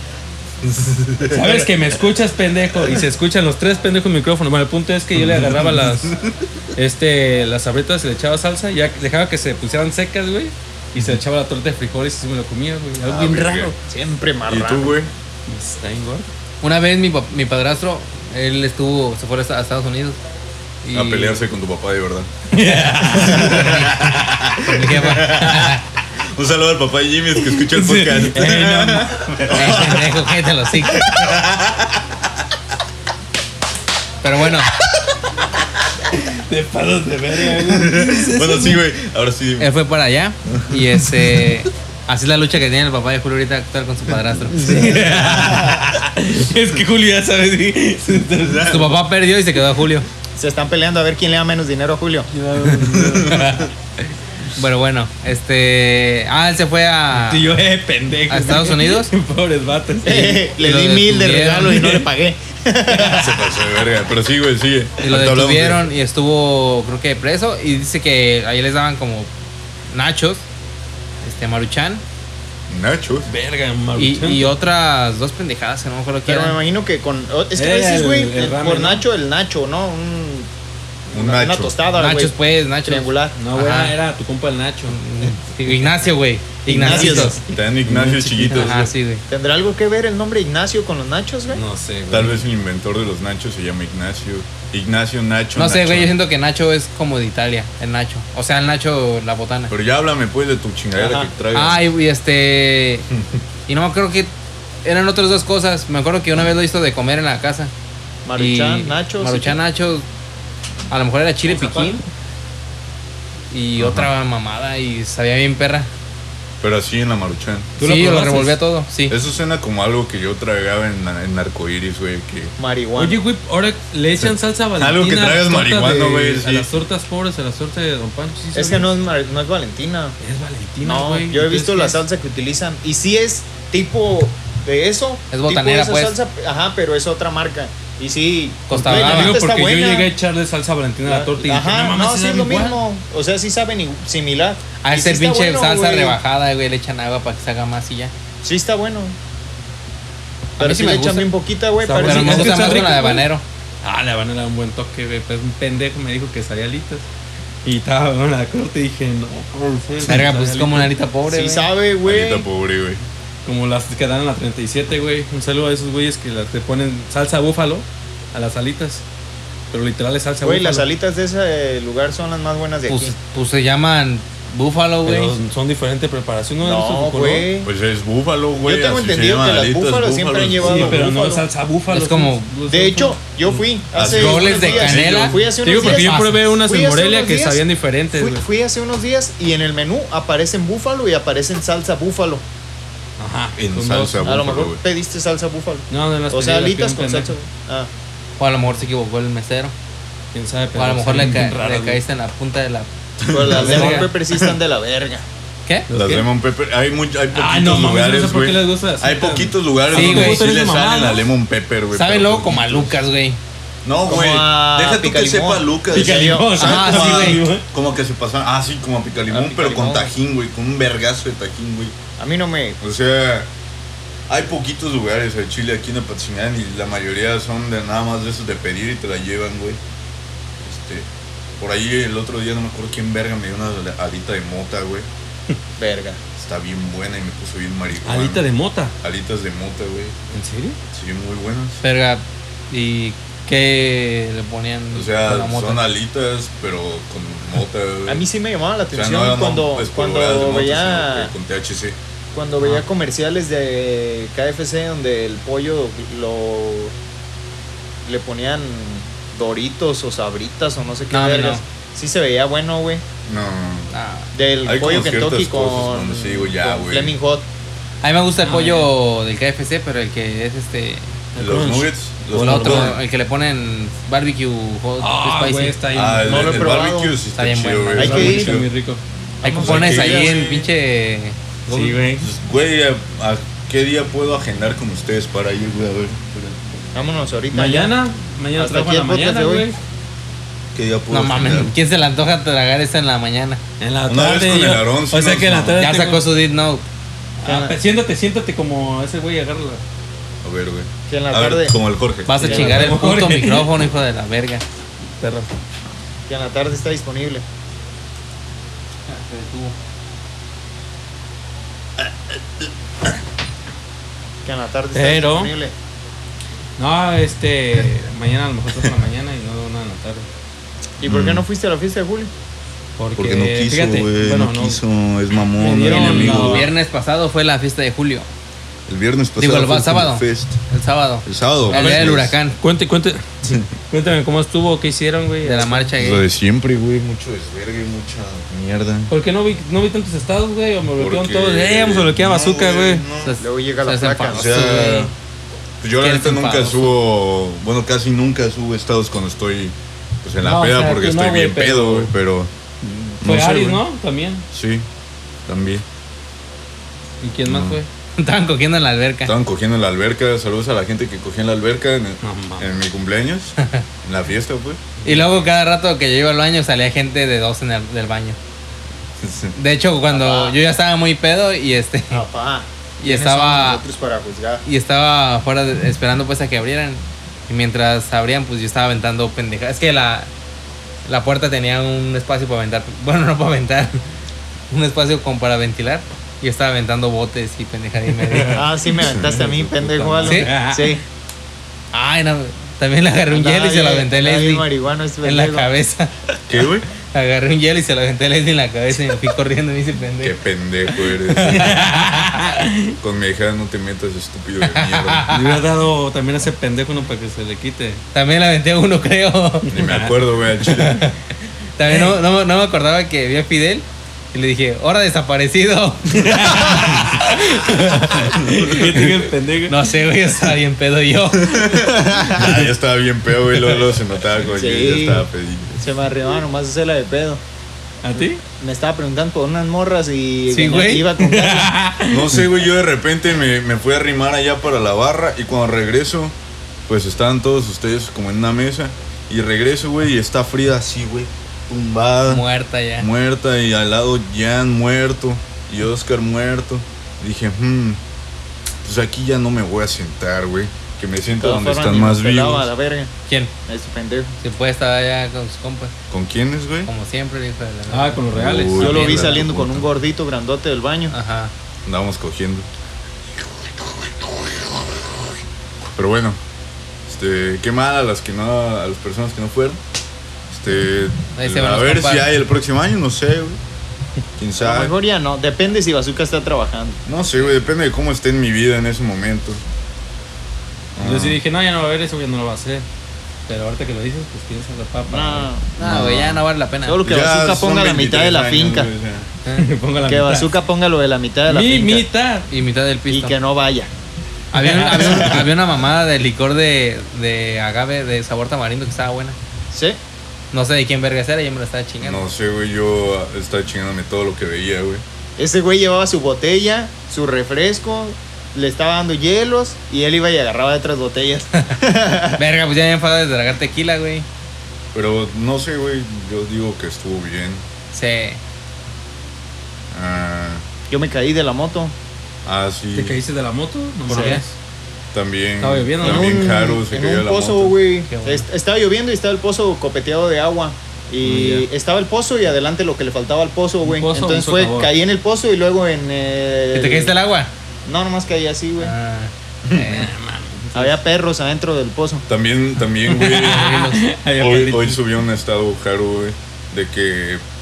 Sabes que me escuchas, pendejo, y se escuchan los tres pendejos micrófonos. Bueno, el punto es que yo le agarraba las sabritas y le echaba salsa, ya dejaba que se pusieran secas, güey, y se le echaba la torta de frijoles y se me lo comía, güey. Algo bien verga. raro. Siempre más ¿Y raro. tú, güey? Está bien gordo. Una vez mi padrastro, él se fue a Estados Unidos. Y A pelearse con tu papá, de verdad. con mi jefa. Un saludo al papá de Jimmy, es que escucha el podcast. Pendejo, cállate los hocico. Pero bueno, De palos de verga, güey. Bueno, sí, güey. Ahora sí. él fue para allá y así es la lucha que tiene el papá de Julio ahorita actual con su padrastro. Es que Julio ya sabe, sí. Su papá perdió y se quedó a Julio. Se están peleando a ver quién le da menos dinero a Julio. Bueno, él se fue a Y yo, pendejo. ¿A Estados Unidos? Pobres vatos. Le lo di 1000 de detuvieron. regalo y no le pagué. Se pasó de verga. Pero sí, güey, sigue. y lo Ahorita hablamos de- detuvieron y estuvo, creo que preso. Y dice que ahí les daban como nachos, Maruchan Nachos. Verga, Maruchan. y otras dos pendejadas que no me acuerdo qué Pero me eran. imagino que con. Es que a veces, El güey, ramen, por ¿no? Nacho, el Nacho, ¿no? Una Nacho. tostada, güey. Nachos, pues, nachos. Triangular. No, güey, Ajá. era tu compa el Nacho. Ignacio, güey. Ignacios. Ignacios. Te dan Ignacio chiquitos. Ajá, sí, güey. ¿Tendrá algo que ver el nombre Ignacio con los nachos, güey? No sé, güey. Tal vez el inventor de los nachos se llama Ignacio. Ignacio Nacho. No sé, Nacho. güey, yo siento que Nacho es como de Italia, el Nacho. O sea, el Nacho, la botana. Pero ya háblame pues de tu chingadera Ajá. que traigas. Ah, y no me acuerdo que eran otras dos cosas. Me acuerdo que una vez lo hizo de comer en la casa. Maruchan, Y nachos. Maruchan, nachos. A lo mejor era chile piquín. Y Ajá. otra mamada y sabía bien perra. Pero así en la Maruchan. ¿Tú lo Sí, lo probaste? revolvía todo, sí. Eso suena como algo que yo tragaba en Arcoiris, güey. Que... Marihuana. Oye, güey, ahora le echan salsa valentina. Algo que a las traigas tortas marihuana, de- güey, A sí. las tortas pobres, a las tortas de Don Pancho. ¿Sí Es sabes? que no es Valentina. Es Valentina, No, güey. yo he visto Entonces, la ¿qué es? salsa que utilizan. Y sí es tipo de eso. Es botanera, tipo de esa pues. salsa, ajá, pero es otra marca. Y sí. Costa güey, la Brava. neta Digo, está porque yo buena. llegué a echarle salsa valentina a la torta y dije, Ajá, no mames, no, sí sí es sabe lo igual. mismo. O sea, sí saben similar. A Y ese sí está pinche bueno, salsa güey. rebajada, güey, le echan agua para que se haga más y ya. Sí está bueno. Pero mí sí sí me le echan gusta. bien poquita, güey. Está Parece Pero sí, me es que gusta está más con rico, la de güey. habanero. Ah, la Habana era un buen toque, güey. Pues un pendejo me dijo que sabía alitas. Y estaba en la corte y dije, no, Verga, pues sabía es como una alitas. alita pobre, Sí güey. sabe, güey. Manita pobre, güey. Como las que dan en la 37, güey. Un saludo a esos güeyes que te ponen salsa búfalo a las alitas. Pero literal es salsa Güey, búfalo. las alitas de ese lugar son las más buenas de aquí. Pues se llaman búfalo, güey. Pero son diferente preparación, ¿no? ¿Has visto No, su color? güey. Pues es búfalo, güey. Yo tengo así se entendido llaman que las alitas, búfalos siempre han llevado Sí, pero no búfalo. es salsa búfalo. Es como- De hecho, yo fui hace roles unos de días. canela. Fui hace Te digo unos porque yo días. probé unas Fui en hace Morelia unos que días. sabían diferentes, güey. Fui hace unos días y en el menú aparecen búfalo y aparecen salsa búfalo. Ajá. En son salsa dos. A lo búfalo, mejor güey. pediste salsa búfalo. No, no las O sea, pedí, las alitas pedí un con salsa. pendejo. Ah. O a lo mejor se equivocó el mesero. Quién sabe, pero O a lo mejor le, saben bien raras, le güey. caíste en la punta de la. Pero las Verga. lemon pepper sí están de la verga. ¿Qué? Las ¿Qué? lemon pepper. Hay poquitos Ay, no mames, lugares, no sé por qué güey. les gusta así Hay tan- poquitos lugares Sí, donde güey. sí le Esa salen mamada, la ¿no? lemon pepper, güey. Saben pero luego poquitos. como a Lucas, güey. No, Como güey. a Deja tú que Picalimón. sepa Lucas. Picalimón, ¿sabes? ajá, Como sí, a- güey. Como que se pasan. Ah, sí, como a picalimón, A pero con Picalimón. tajín, güey. Con un vergazo de tajín, güey. A mí no me. O sea, hay poquitos lugares de Chile aquí en Apatzingán y la mayoría son de nada más de esos de pedir y te la llevan, güey. Por ahí el otro día no me acuerdo quién verga me dio una alita de mota, güey. Verga. Está bien buena y me puso bien marihuana. Alita de mota. Alitas de mota, güey. ¿En serio? Sí, muy buenas. Verga. ¿Y qué le ponían O sea, con la mota? son alitas, pero con mota, güey. A mí sí me llamaba la O sea, atención no cuando espolvoreadas de mota, veía. sino que con THC. Cuando veía comerciales de KFC donde el pollo le ponían Doritos o Sabritas o no sé qué No, a mí vergas. no. Sí se veía bueno, güey. No. Ah. Del Hay pollo como Kentucky ciertas cosas con, donde sí digo, ya, con güey. Flaming Hot. A mí me gusta el Ah, pollo del KFC, pero el que es Los crunch. nuggets. Los O el otro, nuggets. el que le ponen barbecue hot spicy. güey, está bien. Ah, el, No lo he el probado. barbecue sí Está está bien chido, bueno. güey. Hay está que muy ir. Está chido. muy rico. Hay Vamos, cupones hay que ahí ir, en güey. pinche. Sí, güey. Pues, güey, ¿a qué día puedo agendar con ustedes para ir, güey? A ver. Vámonos ahorita. Mañana Hasta trabajo aquí en la el podcast mañana, de hoy. güey. ¿Qué día puedo No agendar? mames, ¿quién se le antoja tragar eso en la mañana? En la Una vez tarde. con el yo- Aarón, sí o sea nos- que en la tarde. Ya tengo- sacó su Dead Note. Ah, siéntate como ese güey, agárrala. A ver, güey. Que en la A ver, tarde. como el Jorge. Vas a Ya, chingar el mejor. puto micrófono, hijo de la verga. Perro. Que en la tarde está disponible. Que en la tarde está Pero- disponible. No, mañana a lo mejor estás en la mañana y no una en la tarde. ¿Y por qué no fuiste a la fiesta de Julio? Porque no quiso, fíjate, güey. bueno, no quiso. Es mamón. Me dieron mi amigo. la- El viernes pasado fue la fiesta de Julio. El viernes pasado. Digo, el fue sábado. Fest. El sábado. El sábado. El día del huracán. Cuéntame cómo estuvo, qué hicieron, güey. De la marcha Lo gay. de siempre, güey. Mucho desvergue, mucha mierda. ¿Por qué no vi tantos estados, güey? O me bloquearon Porque- todos. Vamos a bloquear a no, Bazooka, güey. no. O sea, Luego llega la se hacen placa. O famosos, sea, güey. pues yo la ¿Quieres neta un nunca famoso? subo, bueno, casi nunca subo estados cuando estoy pues en la No, o peda sea, porque tú no, estoy güey, bien pero- pedo, güey, pero Fue no sé, Aris, güey. ¿no? También. Sí, también. ¿Y quién más No. fue? Estaban cogiendo en la alberca. Estaban cogiendo en la alberca, saludos a la gente que cogía en la alberca No, mames. en mi cumpleaños, en la fiesta, pues. Y luego cada rato que yo iba al baño salía gente de dos del baño. De hecho, cuando yo ya estaba muy pedo y Papá. Y ¿quiénes estaba- somos nosotros para juzgar? y estaba afuera esperando pues a que abrieran. Y mientras abrían, pues yo estaba aventando pendejadas. Es que la puerta tenía un espacio para aventar. Bueno, no para aventar. Un espacio como para ventilar. Y estaba aventando botes y pendejadas y media. Ah, sí me aventaste a mí, pendejo. Aldo. ¿Sí? Sí. Ay, no. También le agarré un hielo y se lo aventé a Andaba bien Leslie marihuano este en la pendejo. cabeza. ¿Qué, güey? Agarré un hielo y se lo aventé a Leslie en la cabeza y me fui corriendo y me hice Qué pendejo. pendejo eres. Con mi hija no te metas, estúpido de mierda. Le hubiera dado también a ese pendejo uno para que se le quite. También le aventé a uno, creo. Ni me acuerdo, güey, al chile. También no me acordaba que vi a Fidel y le dije, ¡hora desaparecido! ¿Qué tiene el pendejo? No sé, güey, estaba bien pedo yo. Ya estaba bien pedo, güey, luego se notaba como Sí. que ya estaba pedillo. Se me arribaba nomás hacerla de pedo. ¿A ti? Me estaba preguntando por unas morras y Sí, güey. iba a contar. No sé, güey, yo de repente me fui a arrimar allá para la barra y cuando regreso, pues estaban todos ustedes como en una mesa y regreso, güey, y está Frida así, güey, tumbada, Muerta ya. muerta y al lado Jan muerto y Oscar muerto. Dije, pues aquí ya no me voy a sentar, güey, que me De siento todas donde formas, están ni más nos pelaba a la vivos. verga. ¿Quién? Este pendejo. Se puede estar allá con sus compas. ¿Con quiénes, güey? Como siempre, hijo de la... Ah, con los reales. Uy. Yo lo vi mierda, saliendo puta. con un gordito grandote del baño. Ajá. Andábamos cogiendo. Pero bueno, qué mal a las personas que no fueron. Ahí se van A los ver compas. si hay el próximo año, no sé, güey. Quién A lo sabe. mejor ya no. Depende si Bazooka está trabajando. No sé, güey, depende de cómo esté en mi vida en ese momento. Yo sí dije, no, ya no va a haber eso, ya no lo va a hacer. Pero ahorita que lo dices, pues piensa la papa. No. No, güey, ya no vale la pena. Solo que Ya Bazooka son ponga la mitad de la 23 finca. años, güey, o sea. Ponga la Que mitad. Bazooka ponga lo de la mitad de la Mi finca. mitad. Y mitad del Y pisto. que no vaya. Había una mamada de licor de agave de sabor tamarindo que estaba buena. ¿Sí? No sé de quién vergas era, yo me la estaba chingando. No sé, güey, yo estaba chingándome todo lo que veía, güey. Ese güey llevaba su botella, su refresco, le estaba dando hielos y él iba y agarraba de otras botellas. Verga, pues ya me enfadado de tragar tequila, güey. Pero no sé, güey, yo digo que estuvo bien. Sí. Ah, Yo me caí de la moto. sí. ¿Te caíste de la moto? No ¿Por qué? mames. También. Estaba lloviendo, ¿no? También Haru se en cayó de un la pozo, moto. güey. Qué bueno. Estaba lloviendo y estaba el pozo copeteado de agua. Y Ya. estaba el pozo y adelante lo que le faltaba al pozo, güey. pozo, Entonces un fue, socavón. caí en el pozo y luego en... ¿Que te caíste al agua? No, nomás caí así, güey. Ah, Había perros adentro del pozo. También, güey. Había hoy perritos. subió un estado Haru, güey, de que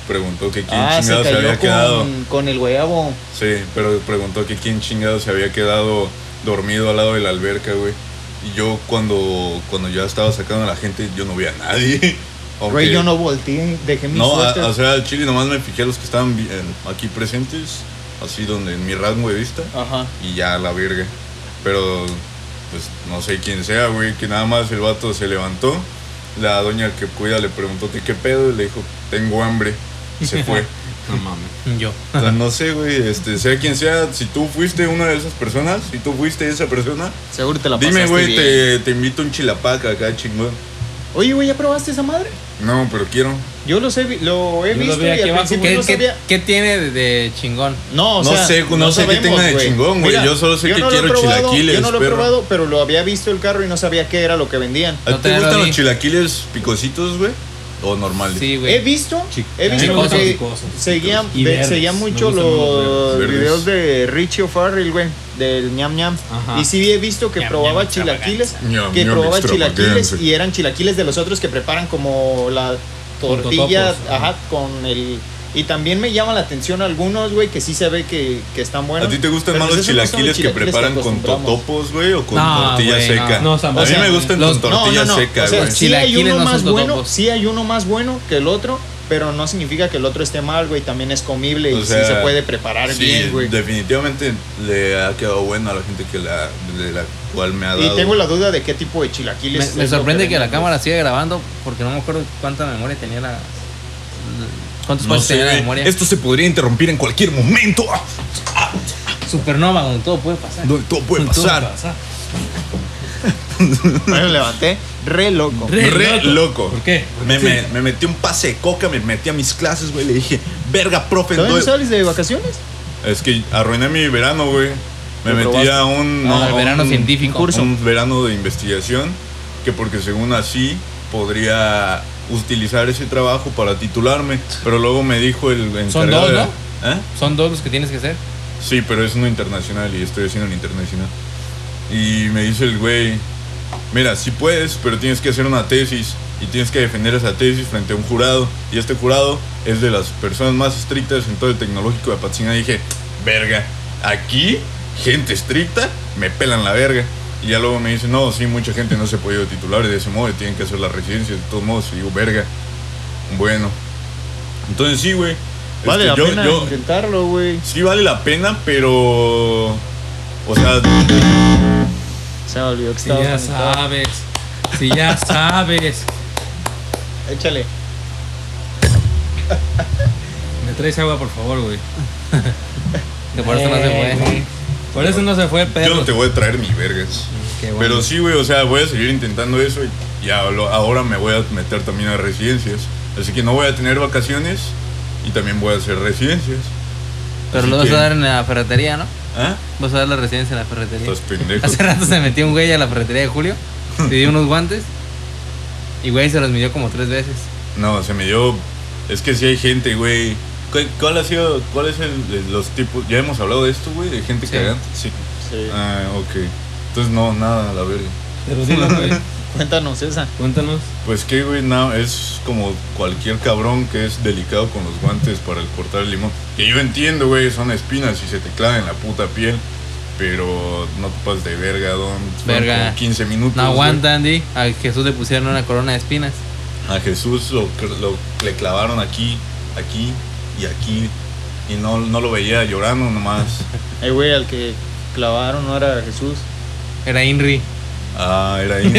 preguntó que quién Se chingado se cayó había quedado. con el guayabo. Sí, pero preguntó que quién chingado se había quedado dormido al lado de la alberca, güey. Y yo cuando ya estaba sacando a la gente, yo no vi a nadie. Güey, yo no volteé, dejé mi suéter. o sea, al chile nomás me fijé a los que estaban aquí presentes, así donde en mi rango de vista, Ajá. y ya la verga. Pero, pues, no sé quién sea, güey, que nada más el vato se levantó. La doña que cuida le preguntó que qué pedo, y le dijo, tengo hambre, y se fue. No mames. Yo. O sea, no sé, güey, sea quien sea, si tú fuiste una de esas personas, si tú fuiste esa persona, Seguro te la pasaste dime, güey, bien. te invito a un chilapaca acá, chingón. Oye, güey, ¿ya probaste esa madre? No, pero quiero. Yo lo he Yo visto lo vi y aquí al abajo, principio no sabía. ¿Qué tiene de chingón? No, o No sea, sé, no sé qué sabemos, tenga de güey. chingón, güey. Mira, Yo solo sé que no lo he quiero probado, chilaquiles, Yo no lo he perro. probado, pero lo había visto el carro y no sabía qué era lo que vendían. ¿A No ti te te lo gustan di. los chilaquiles picositos, güey? ¿O normales? Sí, He güey. visto Picosos, porque picosos. seguía Y mucho verdes, me gustan los verdes. videos de Richie O'Farrell, güey, del ñam ñam. Ajá. Y sí he visto que Ñam, probaba ñam, chilaquiles, Ñam, que ñam, probaba extravaganza. chilaquiles y eran chilaquiles de los otros que preparan como la Con tortilla, totopos, ajá, con el... Y también me llama la atención algunos, güey, que sí se ve que están buenos. ¿A ti te gustan Pero más los pues esos no son chilaquiles que preparan con acostumbramos. totopos, güey, o con No, tortilla güey, seca? no. No, a mí o sea, me gustan los- con tortilla seca, o sea, güey. sí hay Chilaquiles uno no son más bueno, totopos. sí hay uno más bueno que el otro, pero no significa que el otro esté mal, güey, también es comible O y sea, sí se puede preparar Sí, bien, güey. definitivamente le ha quedado bueno a la gente de la cual me ha dado. Y tengo la duda de qué tipo de chilaquiles. Me es lo sorprende que la venden, cámara siga grabando porque no me acuerdo cuánta memoria tenía la. ¿Cuántos No espacios tenía la sé, memoria? esto se podría interrumpir en cualquier momento. Supernova, donde todo puede pasar. Donde todo puede Todo pasar. pasa. güey. Me levanté re loco. Re loco. ¿Por qué? Me metí un pase de coca, me metí a mis clases, güey. Le dije, verga, profe. ¿Todavía no doy-". sales de vacaciones? Es que arruiné mi verano, güey. Me ¿Lo metí probaste? a un. No, el a verano un científico. curso. Un verano de investigación. Que porque según así podría utilizar ese trabajo para titularme. Pero luego me dijo el Son encargado dos, de- ¿no? ¿Eh? Son dos los que tienes que hacer. Sí, pero es uno internacional y estoy haciendo el internacional. Y me dice el güey, mira, sí puedes, pero tienes que hacer una tesis y tienes que defender esa tesis frente a un jurado. Y este jurado es de las personas más estrictas en todo el tecnológico de Apatzingán. Y dije, verga, aquí, gente estricta, me pelan la verga. Y ya luego me dice, no, sí, mucha gente no se ha podido titular de ese modo, y tienen que hacer la residencia de todos modos. Y digo, verga, bueno. Entonces sí, güey. Vale la yo- pena yo- intentarlo, güey. Sí vale la pena, pero... O sea, Se me olvidó que Si estaba ya conectado. sabes. Si ya sabes. Échale. Me traes agua, por favor, güey. Que por eso no se fue. Por eso no se fue, perro. yo no te voy a traer mi vergas. Qué bueno. Pero sí, güey, o sea, voy a seguir intentando eso y ahora me voy a meter también a residencias. Así que no voy a tener vacaciones y también voy a hacer residencias. Pero Así lo vas que- a dar en la ferretería, ¿no? ¿Ah? Vas a dar la residencia en la ferretería. Estás pendejo. Hace rato se metió un güey a la ferretería de Julio. Le dio unos guantes. Y güey se los midió como 3 veces. No, se me dio... Es que sí hay gente, güey. ¿Cuál es los tipos? Ya hemos hablado de esto, güey, de gente Sí. cagante. Sí. Sí. Ah, ok. Entonces no, nada, la verga. Pero dilo, güey. Cuéntanos esa. Cuéntanos. Pues que, güey, no, es como cualquier cabrón que es delicado con los guantes para el cortar el limón. Que yo entiendo, güey, son espinas y se te clavan en la puta piel. Pero no te pases de verga, don. Fueron Verga. como 15 minutos. No güey. aguanta, Andy. A Jesús le pusieron una corona de espinas. A Jesús le clavaron aquí y aquí. Y no lo veía llorando nomás. El güey al que clavaron no era Jesús. Era Inri. Ah, era ahí.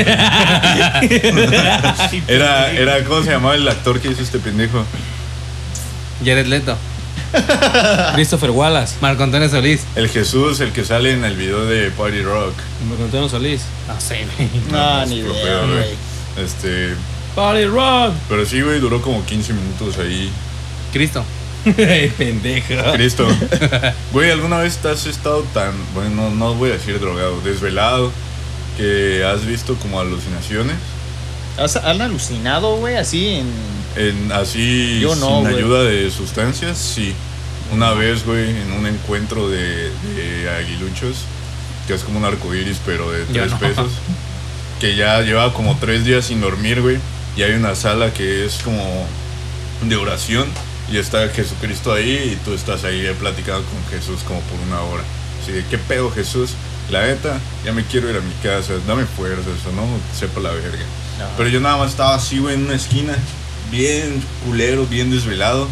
era, ¿cómo se llamaba el actor que hizo este pendejo? Jared Leto. Christopher Wallace. Marco Antonio Solís. El Jesús, el que sale en el video de Party Rock. Marco Antonio Solís. No sé, güey. No, es ni lo idea, peor, güey. Party Rock. Pero sí, güey, duró como 15 minutos ahí. Cristo. Pendejo. Cristo. Güey, ¿alguna vez te has estado tan, bueno, no voy a decir drogado, desvelado, que has visto como alucinaciones? ¿Han alucinado, güey, así en... Así, Yo no, sin güey. ayuda de sustancias? Sí. Una vez, güey, en un encuentro de aguiluchos, que es como un arcoíris, pero de Yo 3 no. pesos, que ya llevaba como 3 días sin dormir, güey, y hay una sala que es como de oración, y está Jesucristo ahí y tú estás ahí platicando con Jesús como por 1 hora. Así de, ¿qué pedo, Jesús? La neta, ya me quiero ir a mi casa, dame fuerzas o no, sepa la verga. Ajá. Pero yo nada más estaba así, güey, en una esquina, bien culero, bien desvelado.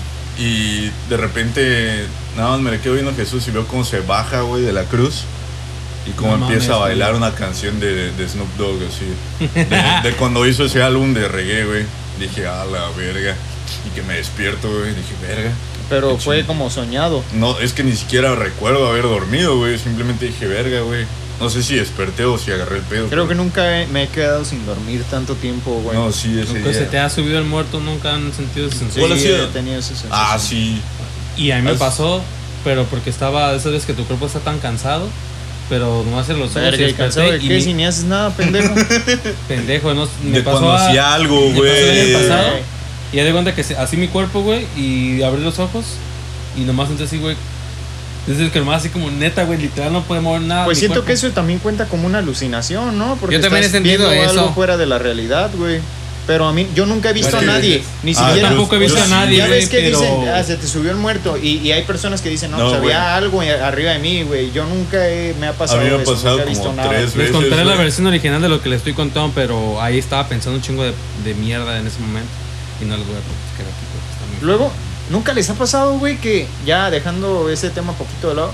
Y de repente, nada más me quedo viendo a Jesús y veo cómo se baja, güey, de la cruz. Y cómo No empieza mames, a bailar güey. una canción de Snoop Dogg, así. De cuando hizo ese álbum de reggae, güey. Dije, a la verga. Y que me despierto, güey. Dije, verga. Pero Qué fue chido. como soñado. No, es que ni siquiera recuerdo haber dormido, güey. Simplemente dije, verga, güey. No sé si desperté o si agarré el pedo. Creo pero- que nunca me he quedado sin dormir tanto tiempo, güey. No, sí, ese Nunca día. se te ha subido el muerto, nunca han sentido esa Sí, sensación. ¿Cuál ha sido? he tenido esa sensación. Ah, sí. Y a mí me ¿Has- pasó, pero porque estaba, esas veces que tu cuerpo está tan cansado, pero no hace los ojos y Verga, ¿y desperté cansado de y qué? mi Si ni haces nada, pendejo. pendejo, no, me De pasó cuando hacía algo, me pasó el año güey. pasado, y ya de cuenta que así mi cuerpo, güey, y abrí los ojos y nomás sentí así, güey. Es el que nomás así como neta, güey, literal no puede mover nada. Pues mi siento cuerpo. que eso también cuenta como una alucinación, ¿no? Porque Yo también he estás sentido viendo eso. algo fuera de la realidad, güey. Pero a mí, yo nunca he visto Bueno, a nadie, ni ah, siquiera. Yo tampoco he visto yo a sí. nadie, Ya ves güey, que pero... dicen, se te subió el muerto. Y hay personas que dicen, no, No, pues güey. había algo arriba de mí, güey. Yo nunca me ha pasado A mí me ha eso, pasado nunca he visto como nada. 3 Les veces. contaré la güey. versión original de lo que les estoy contando, pero ahí estaba pensando un chingo de mierda en ese momento. Y no les voy a platicar aquí porque está muy... Luego, ¿nunca les ha pasado, güey, que ya dejando ese tema poquito de lado,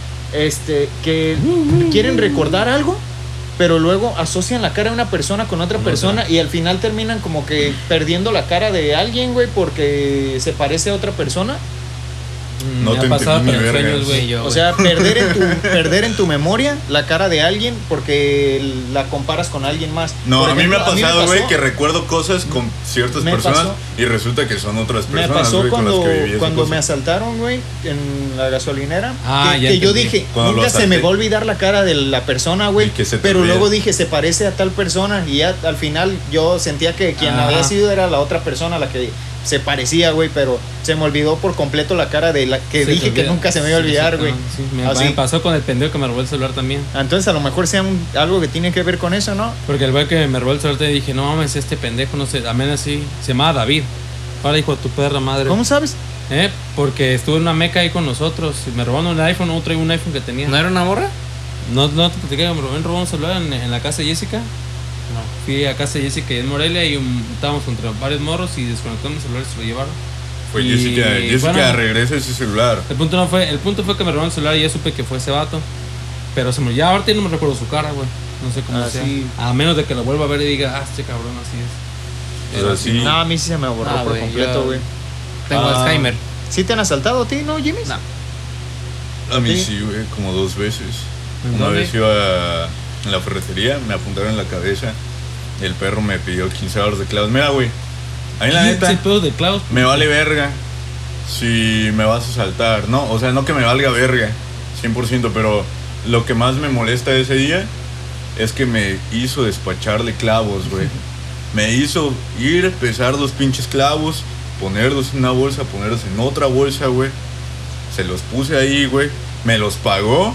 que quieren recordar algo, pero luego asocian la cara de una persona con otra Con persona otra. y al final terminan como que perdiendo la cara de alguien, güey, porque se parece a otra persona? No me te ha pasado, entendí pero ni en vergas. sueños, güey. Sí, yo, O sea, perder en tu memoria la cara de alguien porque la comparas con alguien más. No, Por a mí me ha ejemplo, pasado, güey, pasó- que recuerdo cosas con ciertas Me personas pasó. y resulta que son otras Me personas, pasó güey, con las cuando, que viví esa cuando cosa. me asaltaron, güey, en la gasolinera. Ah, que ya que yo entendí. dije, Cuando lo nunca se asalté. me va a olvidar la cara de la persona, güey. Y que se te Pero olvida. luego dije, se parece a tal persona. Y ya al final yo sentía que quien Ajá. había sido era la otra persona, la que se parecía, güey. Pero se me olvidó por completo la cara de la que Se dije te que olvida. nunca se me iba a Sí, olvidar, güey. sí, me Así. pasó con el pendejo que me robó el celular también. Entonces a lo mejor sea algo que tiene que ver con eso, ¿no? Porque el güey que me robó el celular te dije, no mames, este pendejo, no sé, también así, se llamaba David. Ahora hijo de tu perra madre. ¿Cómo sabes? Porque estuvo en una meca ahí con nosotros. Y me robaron un iPhone, no traía un iPhone que tenía. ¿No era una morra? No te platicé que me robó un celular en la casa de Jessica. No. Fui a casa de Jessica y en Morelia y estábamos contra varios morros y desconectaron mi celular y se lo llevaron. Fue Y, Jessica, bueno, regresa ese celular. El punto fue que me robaron el celular y ya supe que fue ese vato. Pero se me ya ahorita no me recuerdo su cara, güey. No sé cómo Ah, sea. sí. A menos de que lo vuelva a ver y diga, este cabrón así es. Pero sí. No, a mí sí se me borró Ah, por güey, completo, yo- güey. Tengo Ah. Alzheimer. ¿Sí te han asaltado a ti, no, Jimmy? No. A mí Sí. sí, güey, como 2 veces. ¿En Una dónde? vez iba en la ferretería, me apuntaron en la cabeza y el perro me pidió $15 de clavos. Mira, güey, a mí la Sí, neta sí, pedo de Klaus. me vale verga si me vas a saltar. No, o sea, no que me valga verga, 100%, pero lo que más me molesta ese día es que me hizo despacharle clavos, güey. Me hizo ir, pesar los pinches clavos, ponerlos en una bolsa, ponerlos en otra bolsa, güey. Se los puse ahí, güey. Me los pagó.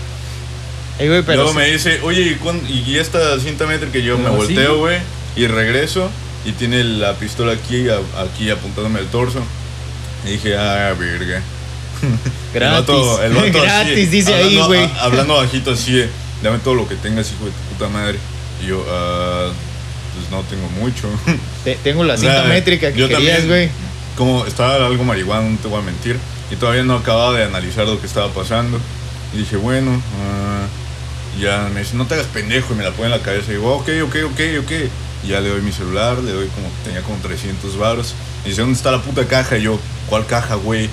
Güey, pero Luego sí- me dice, oye, ¿y esta cinta métrica? Y yo me Pero volteo, sí. güey, y regreso. Y tiene la pistola aquí apuntándome al torso. Y dije, ah, verga. Gratis. El vato así, Gratis, dice ahí, hablando- güey. Hablando bajito así, dame todo lo que tengas, hijo de tu puta madre. Y yo, pues no tengo mucho. Tengo la O sea, cinta métrica que yo querías, también, güey. Como estaba algo marihuana, no te voy a mentir. Y todavía no acababa de analizar lo que estaba pasando. Y dije, bueno, ya me dice, no te hagas pendejo. Y me la pone en la cabeza. Y digo, ok. Y ya le doy mi celular, tenía como 300 varos. Y dice, ¿dónde está la puta caja? Y yo, ¿cuál caja, güey?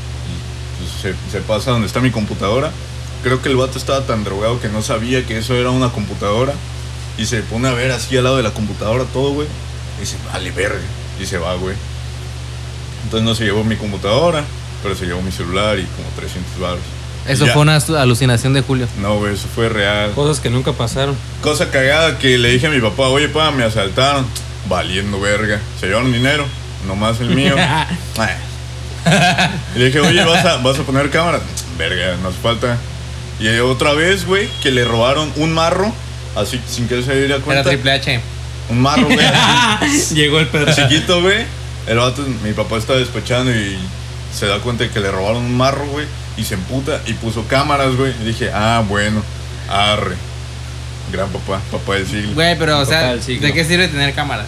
Y pues, se pasa donde está mi computadora. Creo que el vato estaba tan drogado que no sabía que eso era una computadora. Y se pone a ver así al lado de la computadora todo, güey. Y dice, vale, verga. Y se va, güey. Entonces no se llevó mi computadora, pero se llevó mi celular y como 300 baros. Eso Ya. fue una alucinación de Julio. No, güey, eso fue real. Cosas que nunca pasaron. Cosa cagada que le dije a mi papá, oye, pa, me asaltaron. Valiendo verga. Se llevaron dinero, nomás el mío. Y le dije, oye, ¿vas a poner cámara? Verga, nos falta. Y otra vez, güey, que le robaron un marro, así sin que él se diera Era cuenta. Triple H. Un marro, güey, así, Llegó el perro. chiquito, güey. El vato, mi papá estaba despachando y se da cuenta de que le robaron un marro, güey, y se emputa y puso cámaras, güey. Y dije, bueno, arre. Gran papá, papá del siglo. Güey, pero, o sea, Papá del siglo. ¿de qué sirve tener cámaras?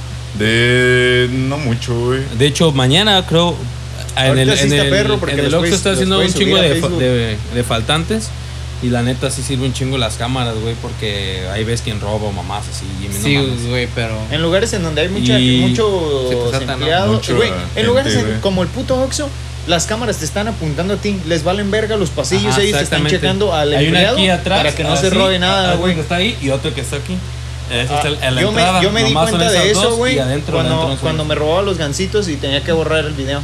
No mucho, güey. De hecho, mañana creo. Ahorita sí está perro, porque en el los Oxxo puedes- está los haciendo un puedes chingo subir a de, Facebook. de faltantes. Y la neta sí sirve un chingo las cámaras, güey, porque ahí ves quién roba o mamás así. Y a mí no Sí, mames. güey, pero... En lugares en donde hay Y- Sí, muchos pues, trata, ¿no? empleados, Mucha güey, gente, en lugares güey. como el puto Oxxo, las cámaras te están apuntando a ti, les valen verga los pasillos, Ajá, ellos te están exactamente. checando al Hay una empleado aquí atrás, para que no se así, robe nada, hay uno güey. que está ahí y otro que está aquí. Ese Ah, es el, la yo entrada, me di nomás son cuenta de esas eso, dos, güey, y adentro cuando me robaba los gansitos y tenía que borrar el video.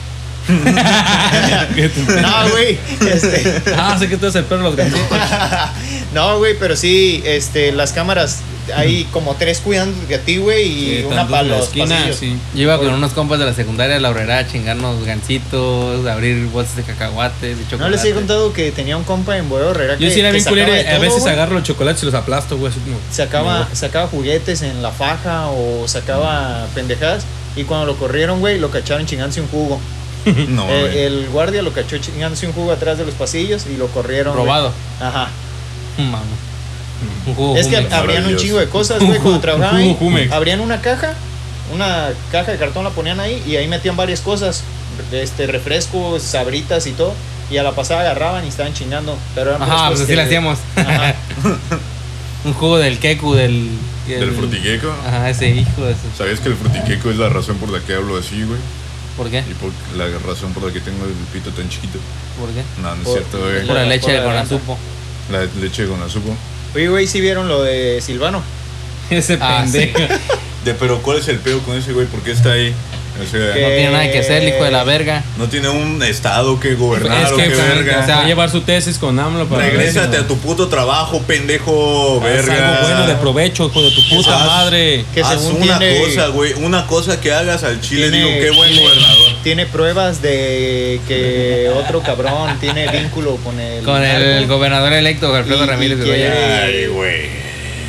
no, No, güey, sé que tú eres el perro de los gansitos. no, güey, pero sí, las cámaras, hay como 3 cuidando de ti, güey, y Sí, una tantos para en la los esquina, pasillos. sí. Yo iba con unos compas de la secundaria a la Obrera a chingarnos gancitos, a abrir bolsas de cacahuates y No chocolate. les he contado que tenía un compa en Boedo Herrera Yo que, sí era que bien sacaba culero, de a todo, veces güey. agarro los chocolates y los aplasto, güey, así como... Sacaba juguetes en la faja o sacaba pendejadas. Y cuando lo corrieron, güey, lo cacharon chingándose un jugo. No, güey. El guardia lo cachó chingándose un jugo atrás de los pasillos y lo corrieron. güey. Robado. Ajá. Mamá. Un jugo Es que Jumex. abrían un Maravilloso. chingo de cosas, güey, cuando trabajaban ahí. Jumex. Abrían una caja de cartón la ponían ahí y ahí metían varias cosas. Refrescos, sabritas y todo. Y a la pasada agarraban y estaban chingando. Pero eran Ajá, pues puras así cosas lo que- hacíamos. Ajá. Un jugo del Keku, del ¿Del frutiqueco? Ajá, ese hijo de su... ¿Sabías que el frutiqueco es la razón por la que hablo así, güey? ¿Por qué? Y por la razón por la que tengo el pito tan chiquito. ¿Por qué? No, no es Por- cierto, güey. Por la leche por de la conazupo. La leche con azúcar. Oye, güey, ¿sí vieron lo de Silvano? Ese Ah, pendejo. Pero ¿cuál es el pedo con ese güey? ¿Por qué está ahí? O sea, ¿Qué? No tiene nada que hacer, el hijo de la verga. no tiene un estado que gobernar Es o que qué verga. o sea, va a llevar su tesis con AMLO para Regrésate a tu puto trabajo, pendejo, Haz verga. algo bueno de provecho, hijo de tu puta Haz- madre. Que Haz según una tiene- cosa, güey. Una cosa que hagas al chile. Tiene- Digo, qué buen tiene- gobernador. Tiene pruebas de que otro cabrón tiene vínculo con el Con el narco. gobernador electo, Alfredo Y- Ramírez y Bedoya. quiere- Ay, güey.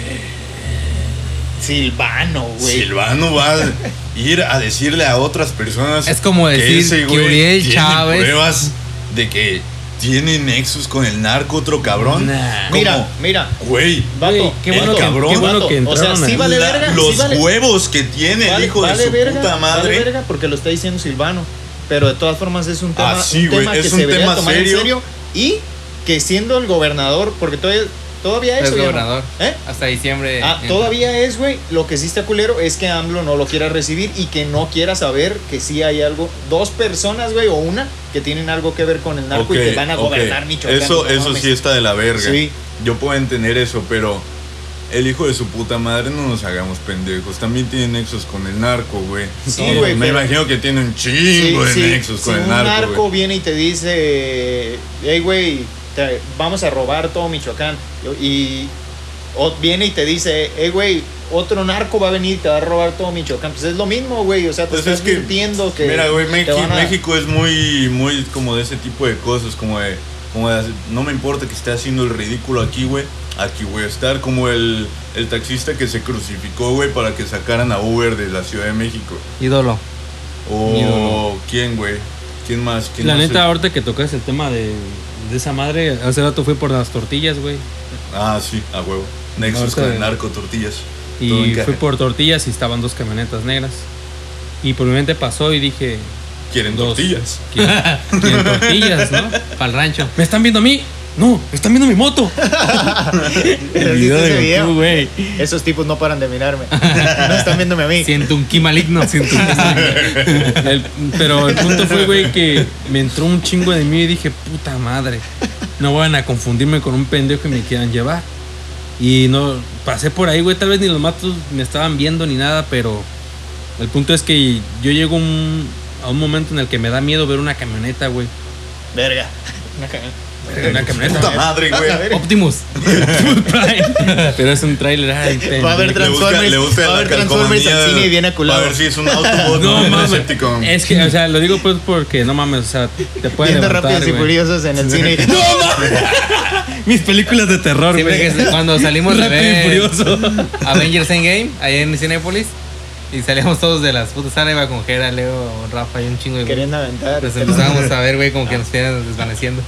Silvano, güey. Silvano va a ir a decirle a otras personas. Es como decir ese que güey Uriel tiene Chávez- pruebas de que tiene nexos con el narco, otro cabrón. Nah. ¿Cómo? Mira, Güey, vato. Güey, qué bueno el que- cabrón, qué bueno vato, que o sea, entraron sí ahí. vale verga. los sí vale, huevos que tiene el hijo de su verga, puta madre. Vale verga porque lo está diciendo Silvano. Pero de todas formas es un tema, Ah, sí, güey, que es se un debería tema tomar en serio. serio. Y que siendo el gobernador, porque todavía Es eso. ya no. gobernador. ¿Eh? Hasta diciembre. Todavía es, güey. Lo que sí está culero es que AMLO no lo quiera recibir y que no quiera saber que sí hay algo. 2 personas, güey, o una que tienen algo que ver con el narco y que van a gobernar Michoacán. Eso no mames. sí está de la verga. Sí. Yo puedo entender eso, pero el hijo de su puta madre, no nos hagamos pendejos. También tiene nexos con el narco, güey. Sí, No, güey, me pero- imagino que tiene un chingo de nexos con si el un narco, narco güey. viene y te dice, hey, güey, vamos a robar todo Michoacán. O viene y te dice, hey, güey, otro narco va a venir y te va a robar todo Michoacán. Pues es lo mismo, güey. O sea, te Pues estás es que, mintiendo que. Mira, güey, te van a- México es muy como de ese tipo de cosas, como de no me importa que esté haciendo el ridículo aquí, güey. Aquí voy a estar como el taxista que se crucificó, güey, para que sacaran a Uber de la Ciudad de México. Ídolo. O ¿quién, güey? ¿Quién más? ¿Quién La más neta, ahorita que tocas el tema de esa madre, hace rato fui por las tortillas, güey. Ah, sí, a huevo. Nexus Ahorita- con el narco, tortillas. Todo Y encaja. fui por tortillas y estaban 2 camionetas negras. Y por mi mente pasó y dije... ¿Quieren dos. tortillas? ¿Quieren tortillas, no? Para el rancho. ¿Me están viendo a mí? No, están viendo mi moto. ¿Viste video ese de video? Goku, güey. Esos tipos no paran de mirarme. No están viéndome a mí. Siento un ki maligno. Pero el punto fue, güey, que me entró un chingo de mí y dije, puta madre, no vayan a confundirme con un pendejo y me quieran llevar. Y no, pasé por ahí, güey, tal vez ni los matos me estaban viendo ni nada, pero el punto es que yo llego a un momento en el que me da miedo ver una camioneta, güey. Verga. Una camioneta. Puta madre, güey. A ver. Optimus. Pero es un tráiler. ay, Va a haber pendejo. Le busca va a la haber Transformers calcomanía al cine y viene A aculado. ver si es un Autobot, No un mames. Decepticon. Es que, o sea, lo digo pues porque no mames, o sea, te puede Viendo levantar, Rápidos y güey. Furiosos en el cine. Mis películas de terror, Siempre güey. que cuando salimos de Rápido y ver Furioso. Avengers Endgame, ahí en Cinépolis, Y salíamos todos de las putas salas, iba con Jera, Leo, Rafa y un chingo de güey. Queriendo aventar. Pues empezábamos a ver, güey, como que nos iban desvaneciendo.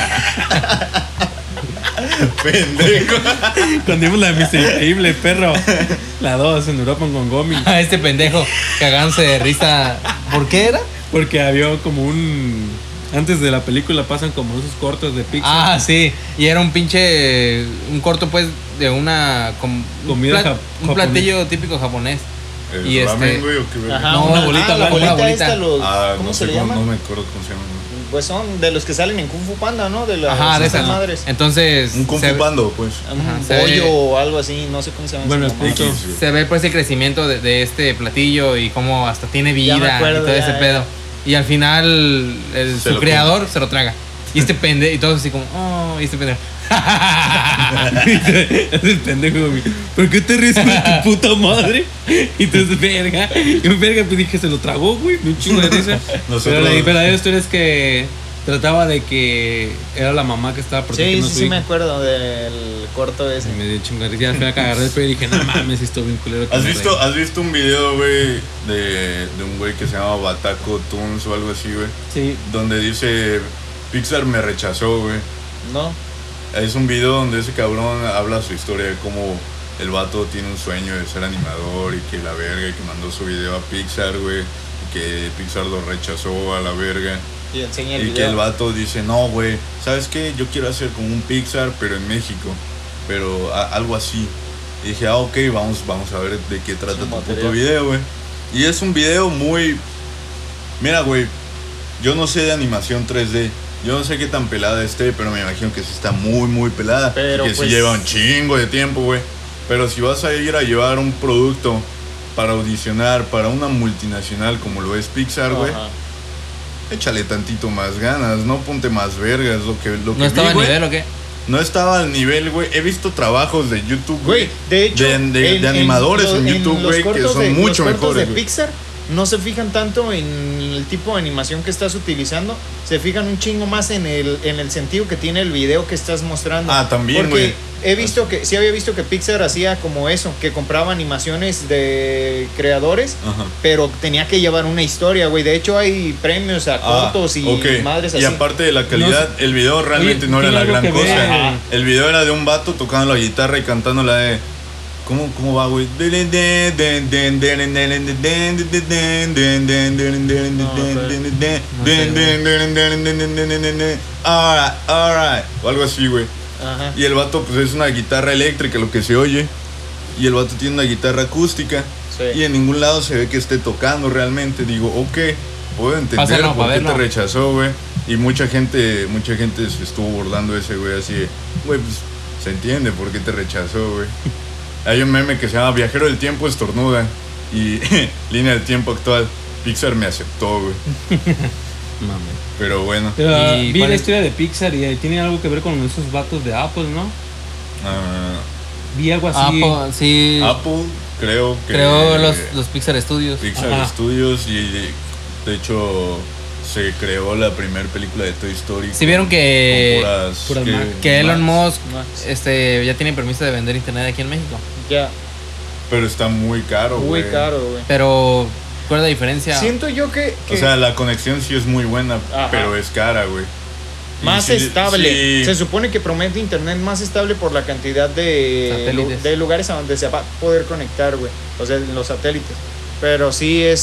Pendejo. Cuando vimos la de Mr. Increíble, perro. La 2 en Europa con Gomi. A este pendejo cagándose de risa. ¿Por qué era? Porque había como un. Antes de la película pasan como esos cortos de Pixar. Ah, sí. Y era un pinche. Un corto, pues, de una. Comida un platillo típico japonés. ¿El Y ramen, güey, o qué verga? Ajá, No, una una bolita, la bolita, bolita una esta, bolita. ¿cómo no se sé le llama? No me acuerdo cómo se llama. Pues son de los que salen en Kung Fu Panda, ¿no? De las Ajá, de esas. madres. Entonces. Un Kung se- Fu Pando, pues. Un Ajá, se pollo ve- o algo así, no sé cómo se llama. Bueno, esa mamá. X, güey. Se ve pues el crecimiento de este platillo y cómo hasta tiene Ya me vida acuerdo, y todo ya, ese ya. pedo. Y al final Se su lo creador se lo traga. Y este pendejo, y todos así como, oh, y este pendejo. Es el pendejo, güey. ¿Por qué te ríes con tu puta madre? Y entonces, verga. Y verga, pues dije, se lo tragó, güey. Un chingo de risa. Nosotros- Pero la verdadera historia es que trataba de que era la mamá que estaba Sí, protegiendo a sí, su sí, hijo. me acuerdo del corto ese. Y me dio un chingo de risa. Ya fui a cagar el pelo y dije, no mames, esto bien culero. que ¿Has me visto, reí. ¿Has visto un video, güey, de un güey que se llama Bataco Toons o algo así, güey? Sí. Donde dice, Pixar me rechazó, güey. ¿No? Es un video donde ese cabrón habla su historia de cómo el vato tiene un sueño de ser animador y que la verga, y que mandó su video a Pixar, güey, y que Pixar lo rechazó a la verga. Y enseña el Y video. que el vato dice, no, güey, ¿sabes qué? Yo quiero hacer como un Pixar, pero en México. Pero algo así. Y dije, ok, vamos a ver de qué trata Su tu material. puto video, güey. Y es un video muy... Mira, güey, yo no sé de animación 3D. Yo no sé qué tan pelada esté, pero me imagino que sí está muy, muy pelada. Pero y que pues- sí lleva un chingo de tiempo, güey. Pero si vas a ir a llevar un producto para audicionar para una multinacional como lo es Pixar, güey, Ajá. échale tantito más ganas, no ponte más vergas, lo que ¿No estaba a güey, nivel o qué? no estaba al nivel, güey. He visto trabajos de YouTube, Güey, de hecho, de animadores en YouTube, los güey, que cortos son mucho los cortos mejores, de güey. Pixar no se fijan tanto en el tipo de animación que estás utilizando, se fijan un chingo más en el sentido que tiene el video que estás mostrando. Ah, también, Porque güey. sí había visto que Pixar hacía como eso, que compraba animaciones de creadores, Ajá. pero tenía que llevar una historia, güey. De hecho hay premios a cortos y ok. madres así. Y aparte de la calidad, el video realmente Oye, no era tiene la algo gran que ver. cosa. Ajá. El video era de un vato tocando la guitarra y cantando la de... ¿Cómo va, güey? Alright. O algo así, güey. Ajá. Y el vato, pues es una guitarra eléctrica lo que se oye. Y el vato tiene una guitarra acústica. Sí. Y en ningún lado se ve que esté tocando realmente. Digo, ok, puedo entender Pásalo por pa' qué te verlo. rechazó, güey. Y mucha gente se estuvo burlando de ese güey así de, güey, pues se entiende por qué te rechazó, güey. Hay un meme que se llama Viajero del Tiempo estornuda. Y línea del tiempo actual. Pixar me aceptó, güey. Mames. Pero bueno. Pero, ¿Y vi cuál la es? historia de Pixar y tiene algo que ver con esos vatos de Apple, ¿no? ah, Vi algo así. Apple, sí. Apple, creo que... Creó los Pixar Studios. Pixar Ajá. Studios y de hecho se creó la primera película de Toy Story. Sí vieron que- Puras Mac. Que Elon Musk Max. ya tiene permiso de vender internet aquí en México. Ya, Pero está muy caro, muy güey. caro, güey. Pero, ¿cuál es la diferencia? Siento yo que O sea, la conexión sí es muy buena, Ajá. pero es cara, güey. Y más sí, estable. sí. Se supone que promete internet más estable por la cantidad Satélites. de lugares a donde se va a poder conectar, güey. O sea, en los satélites. Pero sí es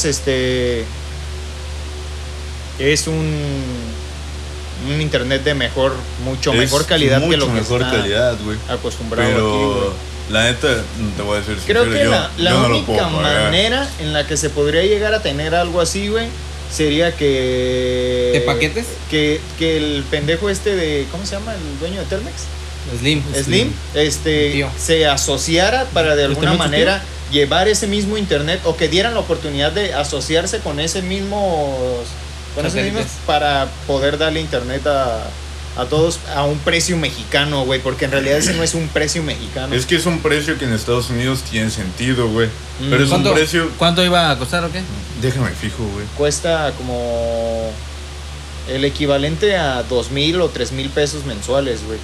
es un internet de mucho Es mejor calidad que lo mucho que mejor está calidad, güey. acostumbrado aquí, Pero güey. la neta, te voy a decir sincero, Creo que yo, la yo no lo puedo única pagar. manera en la que se podría llegar a tener algo así, güey, sería que... ¿De paquetes? Que el pendejo de... ¿Cómo se llama? El dueño de Telmex. Slim. Slim, Tío. se asociara para de alguna ¿Telmex, manera llevar ese mismo internet o que dieran la oportunidad de asociarse con ese mismo... Con esos Satélites. mismos para poder darle internet a todos a un precio mexicano, güey, porque en realidad ese no es un precio mexicano. Es que es un precio que en Estados Unidos tiene sentido, güey. Pero es un precio... ¿Cuánto iba a costar o qué? Déjame fijo, güey. Cuesta como el equivalente a 2,000 o 3,000 pesos mensuales, güey.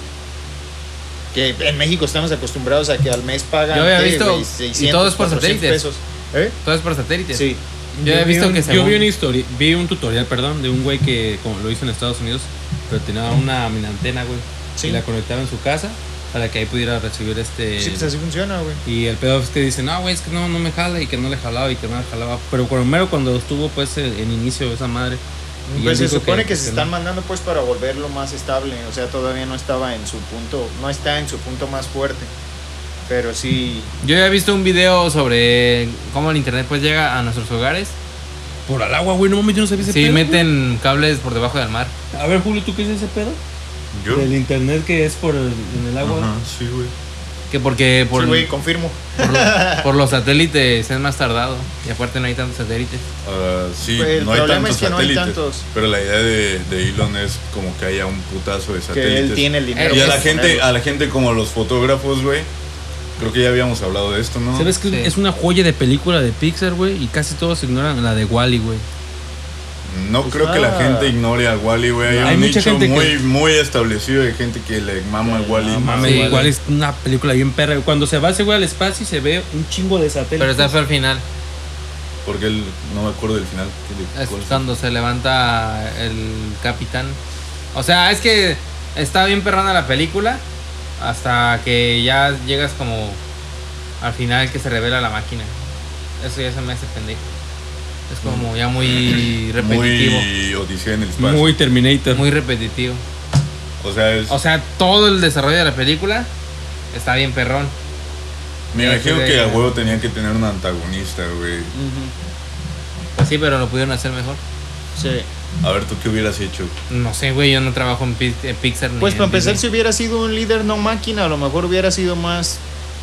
Que en México estamos acostumbrados a que al mes pagan Yo había ¿qué, visto, güey? y 600, todo es por 400 satélites. pesos. Todo es por satélites. Sí. Yo he visto que yo vi un tutorial, perdón, de un güey que como lo hizo en Estados Unidos, pero tenía una mini antena, güey. Sí. Y la conectaba en su casa para que ahí pudiera recibir Sí, pues así funciona, güey. Y el pedo es que dice, no, güey, es que no me jala y que no le jalaba y que no le jalaba. Pero primero cuando estuvo pues en inicio esa madre. y Pues él se dijo supone que se no. están mandando pues para volverlo más estable. O sea, todavía no estaba en su punto, no está en su punto más fuerte. Pero sí. Yo ya he visto un video sobre cómo el internet pues llega a nuestros hogares. Por al agua, güey, no mames, yo no sabía ese Sí, pedo. meten cables por debajo del mar. Güey. A ver, Julio, ¿tú qué es ese pedo? ¿Yo? Del internet que es en el agua. Ajá, sí, güey. Que porque Sí, güey, confirmo. por los satélites es más tardado. Y aparte no hay tantos satélites. Sí, Pues el no hay problema tantos es que no hay satélites. tantos. Pero la idea de Elon es como que haya un putazo de satélites. Que él tiene el dinero. Y a la para gente, ponerlo. a la gente como los fotógrafos, güey. Creo que ya habíamos hablado de esto, ¿no? ¿Sabes que Sí. es una joya de película de Pixar, güey? Y casi todos ignoran la de Wall-E, güey. No Pues creo que la nada. gente ignore a Wall-E, güey. Hay Hay un mucha nicho gente muy, que- muy establecido de gente que le mama a Wall-E. No más, mames, Sí, güey. igual es una película bien perra. Cuando se va ese güey al espacio y se ve un chingo de satélites. Pero está fue al final. Porque él, no me acuerdo del final. Es ¿Cuál es? cuando se levanta el capitán. O sea, es que está bien perrona la película. Hasta que ya llegas como al final que se revela la máquina. Eso ya se me hace pendejo. Es como ya muy repetitivo. Muy Odisea en el espacio. Muy Terminator. Muy repetitivo. O sea, es, O sea, todo el desarrollo de la película está bien perrón. me imagino de- que a huevo tenían que tener un antagonista, güey. Ujú. Pues sí, pero lo pudieron hacer mejor. Sí. A ver, ¿tú qué hubieras hecho? No sé, güey, yo no trabajo en Pixar ni Pues en para empezar, Disney. si hubiera sido un líder no máquina, a lo mejor hubiera sido más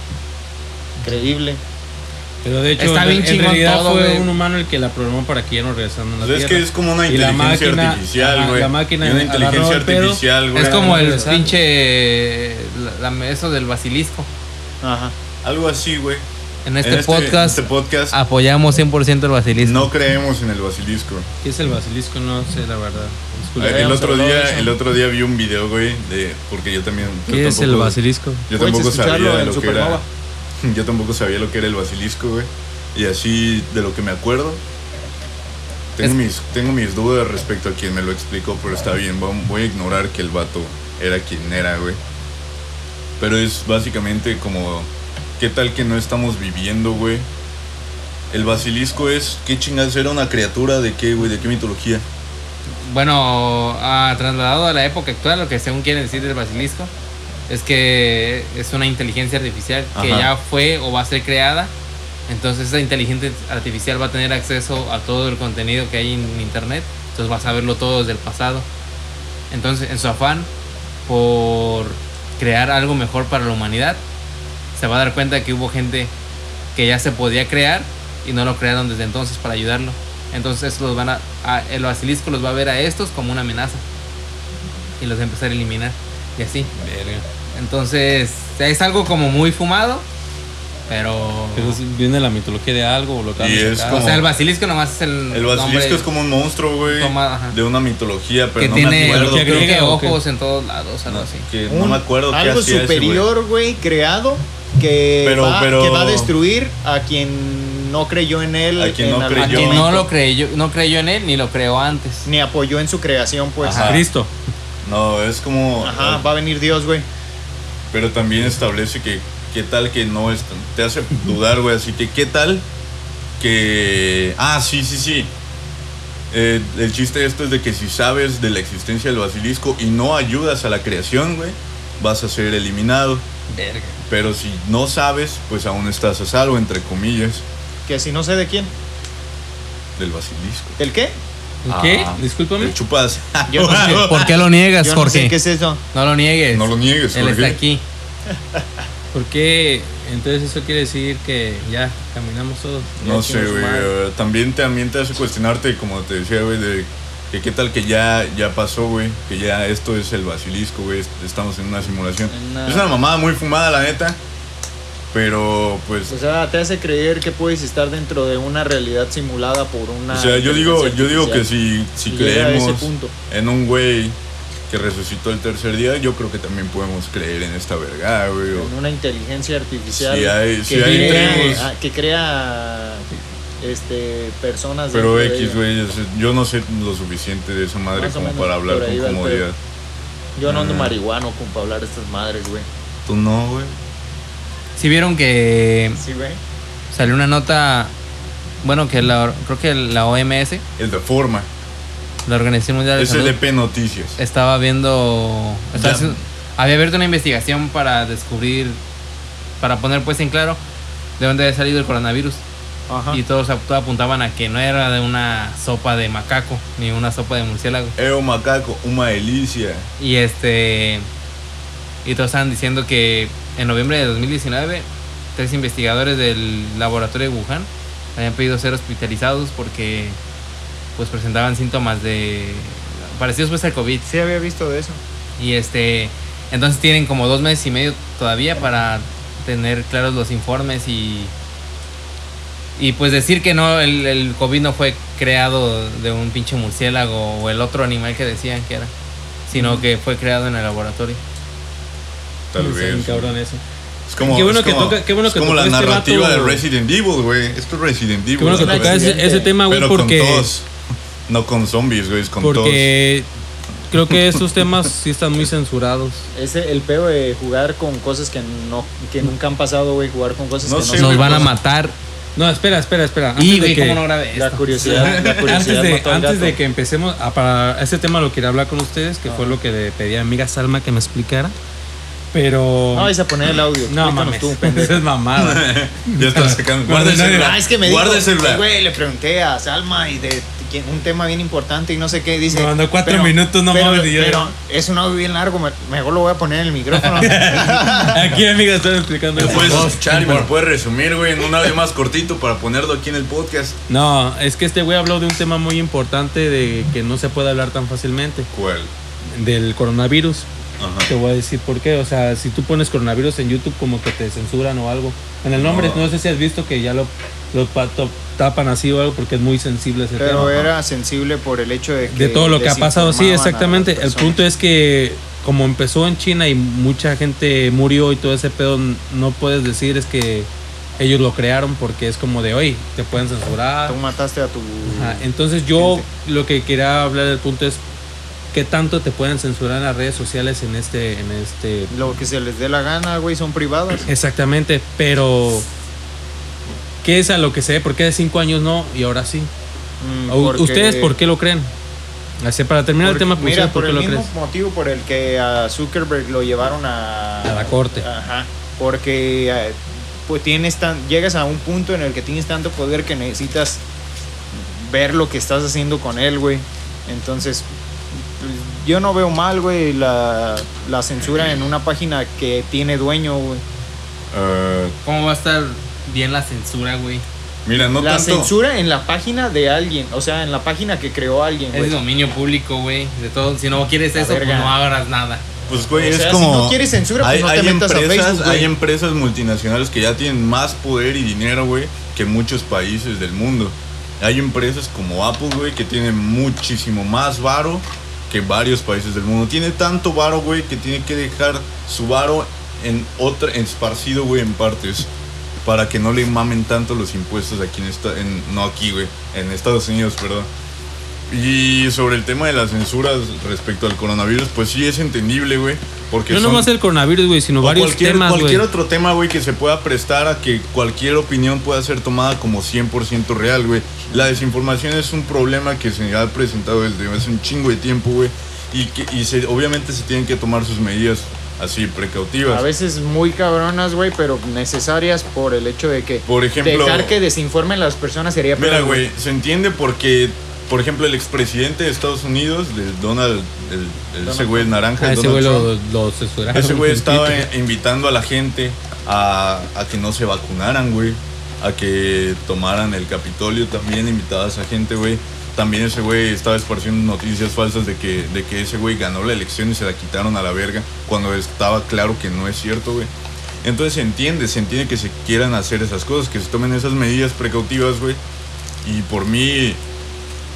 creíble. Pero de hecho, Está bien en chingón realidad todo, fue güey. un humano el que la programó para que ya no regresaran a la Pues es Tierra. que es como una Y la inteligencia máquina- artificial, ajá, güey. la máquina Y una agarró inteligencia el pedo. artificial, güey. Es como el regresar. pinche. Eso del basilisco. Ajá. Algo así, güey. En este podcast este podcast apoyamos 100% el basilisco. no creemos en el basilisco. ¿Qué es el basilisco? No sé, la verdad. Disculpe. Ya habíamos hablado de eso. El otro día vi un video, güey, porque yo también. yo ¿Qué es el tampoco- basilisco? Yo Puedes tampoco escucharlo sabía en lo que era. Supernova. Yo tampoco sabía lo que era el basilisco, güey. Y así, de lo que me acuerdo, tengo mis dudas respecto a quien me lo explicó, pero está bien. Voy a ignorar que el vato era quien era, güey. Pero es básicamente como, ¿qué tal que no estamos viviendo, güey? El basilisco es, ¿qué chingados era una criatura de qué, güey? ¿De qué mitología? Bueno, trasladado a la época actual, lo que según quieren decir del basilisco es que es una inteligencia artificial que Ajá. ya fue o va a ser creada. Entonces esa inteligencia artificial va a tener acceso a todo el contenido que hay en internet. Entonces vas a verlo todo desde el pasado. Entonces en su afán por crear algo mejor para la humanidad, se va a dar cuenta que hubo gente que ya se podía crear y no lo crearon desde entonces para ayudarlo. Entonces los el basilisco los va a ver a estos como una amenaza y los va a empezar a eliminar y así. Verga. Entonces es algo como muy fumado, pero ¿Viene de la mitología de algo o lo que Y han es sacado? o sea, el basilisco nomás es El nombre basilisco es como un monstruo, güey, Tomado, ajá. de una mitología, pero que no tiene me acuerdo. mitología creo que griega, ¿o qué? ojos en todos lados, algo No, así. que no me acuerdo qué Algo hacía ese, güey. superior, güey, creado que, Pero- que va a destruir a quien no creyó en él. A quien en no algún A creyó. quien momento, no creyó en él ni lo creó antes. ni apoyó en su creación, pues. Ajá. Cristo. No, es como... Ajá, va a venir Dios, güey. Pero también establece que qué tal que no es, te hace dudar, güey, así que qué tal que... Ah, sí. El chiste esto es de que si sabes de la existencia del basilisco y no ayudas a la creación, güey, vas a ser eliminado. Verga. Pero si no sabes, pues aún estás a salvo, entre comillas, Que si no sé de quién. del basilisco. ¿El qué? ¿El qué? Ah, Discúlpame. el chupas. Yo no sé. ¿Por qué lo niegas, Yo no sé Jorge? qué es eso. No lo niegues. No lo niegues, Él Jorge. está aquí. ¿Por qué? Entonces eso quiere decir que ya caminamos todos. Ya No sé, chingó su güey. madre. También te hace cuestionarte, como te decía, güey, de que qué tal que ya pasó, güey. Que ya esto es el basilisco, güey. Estamos en una simulación. Una- Es una mamada muy fumada, la neta. Pero, pues... O sea, te hace creer que puedes estar dentro de una realidad simulada por una. O sea, yo digo inteligencia que artificial. si Y llega a ese creemos punto. en un güey que resucitó el tercer día, yo creo que también podemos creer en esta verga, güey. En una inteligencia artificial Sí, que crea personas. pero dentro de X, ella. güey, yo no sé lo suficiente de esa madre Más o como menos para hablar por ahí con va el comodidad. Yo no ando marihuano como para hablar de estas madres, güey. ¿Tú no, güey? ¿Sí vieron que Sí, güey. salió una nota? Bueno, que creo que la OMS, El de forma. la Organización Mundial de Salud, SLP Noticias. estaba viendo... había abierto una investigación para descubrir, para poner pues en claro de dónde había salido el coronavirus. Ajá. Y todos apuntaban a que no era de una sopa de macaco, ni una sopa de murciélago. Macaco, una delicia. Y y todos estaban diciendo que en noviembre de 2019, 3 investigadores del laboratorio de Wuhan habían pedido ser hospitalizados porque pues presentaban síntomas parecidos pues al COVID. Sí, había visto de eso. Y entonces tienen como 2 meses y medio todavía para tener claros los informes y pues decir que no, el COVID no fue creado de un pinche murciélago o el otro animal que decían que era, sino que fue creado en el laboratorio. Tal Está bien vez. cabrón eso. Es como, Qué bueno es que como- toca- qué bueno es que como tocó la este narrativa vato. de Resident Evil, güey. Esto es Resident Evil. Qué bueno que la tocas verdad. ese tema, güey, Pero porque... con todos. No con zombies, güey, es con Porque creo que estos temas sí están muy censurados. El peo de jugar con cosas que nunca han pasado, güey. Jugar con cosas No que sé, no Nos güey, van a pues- matar. No, espera. Antes Y de güey, que- ¿cómo no grabé La esto? curiosidad Antes mató al de gato. que empecemos, para ese tema lo quería hablar con ustedes, que fue lo que le pedí a mi amiga Salma que me explicara. Pero... No vais a poner el audio. No explícanos mames, tú, pendejo. esa es mamada. Ya estás sacando. No, Guarda el no, no, celular. Ah, es que me dijo, Guarda el celular. güey, le pregunté a Salma y de un tema bien importante y no sé qué, dice. Me mandó 4 minutos, no mames, y yo- Pero es un audio bien largo, mejor lo voy a poner en el micrófono. Aquí, amiga, están explicando Me lo eso. puedes escuchar y me lo puedes resumir, güey, en un audio más cortito para ponerlo aquí en el podcast. No, es que este güey habló de un tema muy importante de que no se puede hablar tan fácilmente, ¿Cuál? del coronavirus. Ajá. Te voy a decir por qué. O sea, si tú pones coronavirus en YouTube, como que te censuran o algo. En el nombre, no sé si has visto que ya lo tapan así o algo porque es muy sensible ese Pero tema. era sensible por el hecho de que De todo lo que ha pasado, sí, desinformaban a exactamente. las El personas. punto es que como empezó en China y mucha gente murió y todo ese pedo, no puedes decir es que ellos lo crearon porque es como de hoy, te pueden censurar. Tú mataste a tu. Ajá, entonces yo lo que quería hablar del punto es qué tanto te pueden censurar en las redes sociales en este Lo que se les dé la gana, güey, son privadas. exactamente, pero ¿qué es a lo que se ve? ¿Por qué de 5 años no y ahora sí? Porque- ¿Ustedes por qué lo creen? Así para terminar porque- el tema, pues, mira, ¿por por qué el lo mismo crees? motivo por el que a Zuckerberg lo llevaron a A la corte. Ajá, porque pues llegas a un punto en el que tienes tanto poder que necesitas ver lo que estás haciendo con él, güey. Entonces, pues, yo no veo mal, güey, la censura en una página que tiene dueño, güey. ¿Cómo va a estar bien la censura, güey? Mira, no La tanto. censura en la página de alguien, o sea, en la página que creó alguien, Es güey. dominio público, güey. De todo. Si no quieres La eso, pues verga. no hagas nada. Pues, güey, O es sea, como. si no quieres censura, pues no te metas a Facebook, güey. Hay empresas multinacionales que ya tienen más poder y dinero, güey, que muchos países del mundo. Hay empresas como Apple, güey, que tienen muchísimo más varo que varios países del mundo. Tiene tanto varo, güey, que tiene que dejar su varo esparcido, güey, en partes. Para que no le mamen tanto los impuestos aquí no aquí, güey, en Estados Unidos, perdón. Y sobre el tema de las censuras respecto al coronavirus, pues sí es entendible, güey. Porque No son- nomás el coronavirus, güey, sino o varios temas, güey. cualquier otro tema, güey, que se pueda prestar a que cualquier opinión pueda ser tomada como 100% real, güey. La desinformación es un problema que se ha presentado desde hace un chingo de tiempo, güey. Obviamente se tienen que tomar sus medidas así precautivas. A veces muy cabronas, güey, pero necesarias por el hecho de que Por ejemplo, dejar que desinformen las personas sería mira, peor, güey, se entiende porque, por ejemplo, el expresidente de Estados Unidos, de Donald, ese güey el naranja, Ah, el ese Donald güey Trump, lo censuraron. ese güey estaba Twitter. invitando a la gente a que no se vacunaran, güey. A que tomaran el Capitolio también, invitaba a esa gente, güey. También ese güey estaba esparciendo noticias falsas de que ese güey ganó la elección y se la quitaron a la verga, cuando estaba claro que no es cierto, güey. Entonces se entiende que se quieran hacer esas cosas, que se tomen esas medidas precautivas, güey. Y por mí,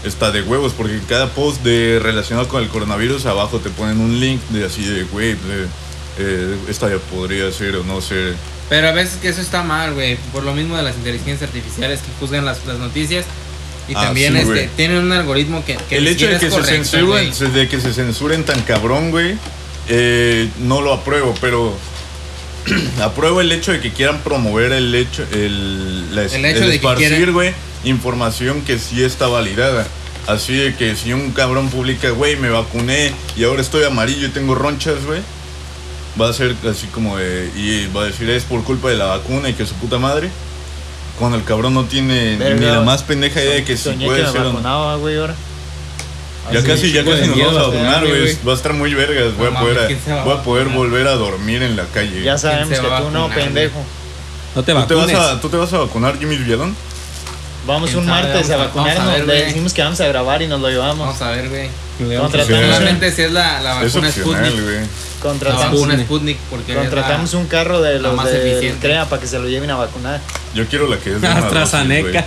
está de huevos, porque cada post relacionado con el coronavirus, abajo te ponen un link de así de, güey, esta ya podría ser o no ser. Pero a veces que eso está mal, güey. Por lo mismo de las inteligencias artificiales que juzgan las noticias. Y también sí, tienen un algoritmo que el hecho de que se censuren tan cabrón, güey, no lo apruebo, pero apruebo el hecho de que quieran promover el hecho de esparcir, güey, información que sí está validada. Así de que si un cabrón publica, güey, me vacuné y ahora estoy amarillo y tengo ronchas, güey, va a ser así como y va a decir es por culpa de la vacuna y que su puta madre. Cuando el cabrón no tiene ni la más pendeja idea de que sí puede ser. Vacunaba, güey, ahora. Ya casi nos vamos a vacunar, güey. Va a estar muy vergas. Voy a poder volver a dormir en la calle. Ya sabemos que tú no, pendejo. No te vacunes. ¿Tú te vas a vacunar, Jimmy Villalón? Vamos un martes a vacunarnos. Le decimos que vamos a grabar y nos lo llevamos. Vamos a ver, güey. Solamente si es la vacuna Sputnik. Contratamos Sputnik porque contratamos un carro de los de CREA para que se lo lleven a vacunar. Yo quiero la que es de AstraZeneca.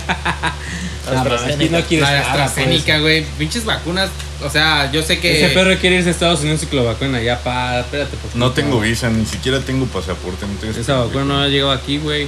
La AstraZeneca, güey. Pinches vacunas. O sea, yo sé que ese perro quiere irse a Estados Unidos y que lo vacuna. Ya, espérate. No tengo visa, ni siquiera tengo pasaporte. Esa vacuna no ha llegado aquí, güey.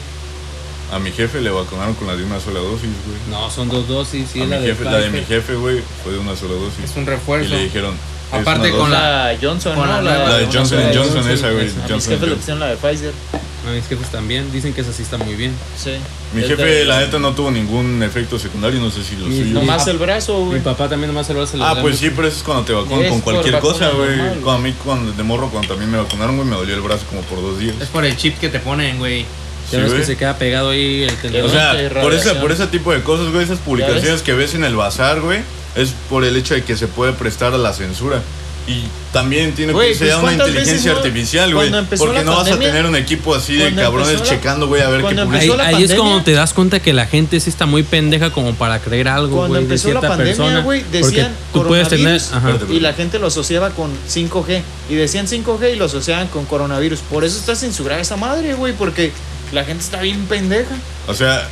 A mi jefe le vacunaron con la de una sola dosis, güey. No, son 2 dosis. Sí, la de mi jefe, güey, fue de una sola dosis. Es un refuerzo. Y le dijeron. Aparte con la Johnson, con ¿no? La de Johnson Johnson, esa, güey. A mis jefes le pusieron la de Pfizer. A mis jefes también. Dicen que esa sí está muy bien. Sí. Mi jefe, la neta, no tuvo ningún efecto secundario. No sé si lo suyo. Nomás el brazo, güey. Mi papá también nomás el brazo. Pues sí, pero eso es cuando te vacunan con cualquier cosa, güey. A mí, cuando también me vacunaron, güey, me dolió el brazo como por 2 días. Es por el chip que te ponen, güey. Ya ves que se queda pegado ahí el teléfono. O sea, por ese tipo de cosas, güey, esas publicaciones que ves en el bazar, güey, es por el hecho de que se puede prestar a la censura. Y también tiene que ser una inteligencia artificial, güey. Porque no vas a tener un equipo así de cabrones checando, güey, a ver qué publica. Ahí es cuando te das cuenta que la gente sí está muy pendeja como para creer algo, güey, de cierta persona. Güey, decían tú puedes tener y la gente lo asociaba con 5G. Y decían 5G y lo asociaban con coronavirus. Por eso está censurada esa madre, güey, porque la gente está bien pendeja. O sea,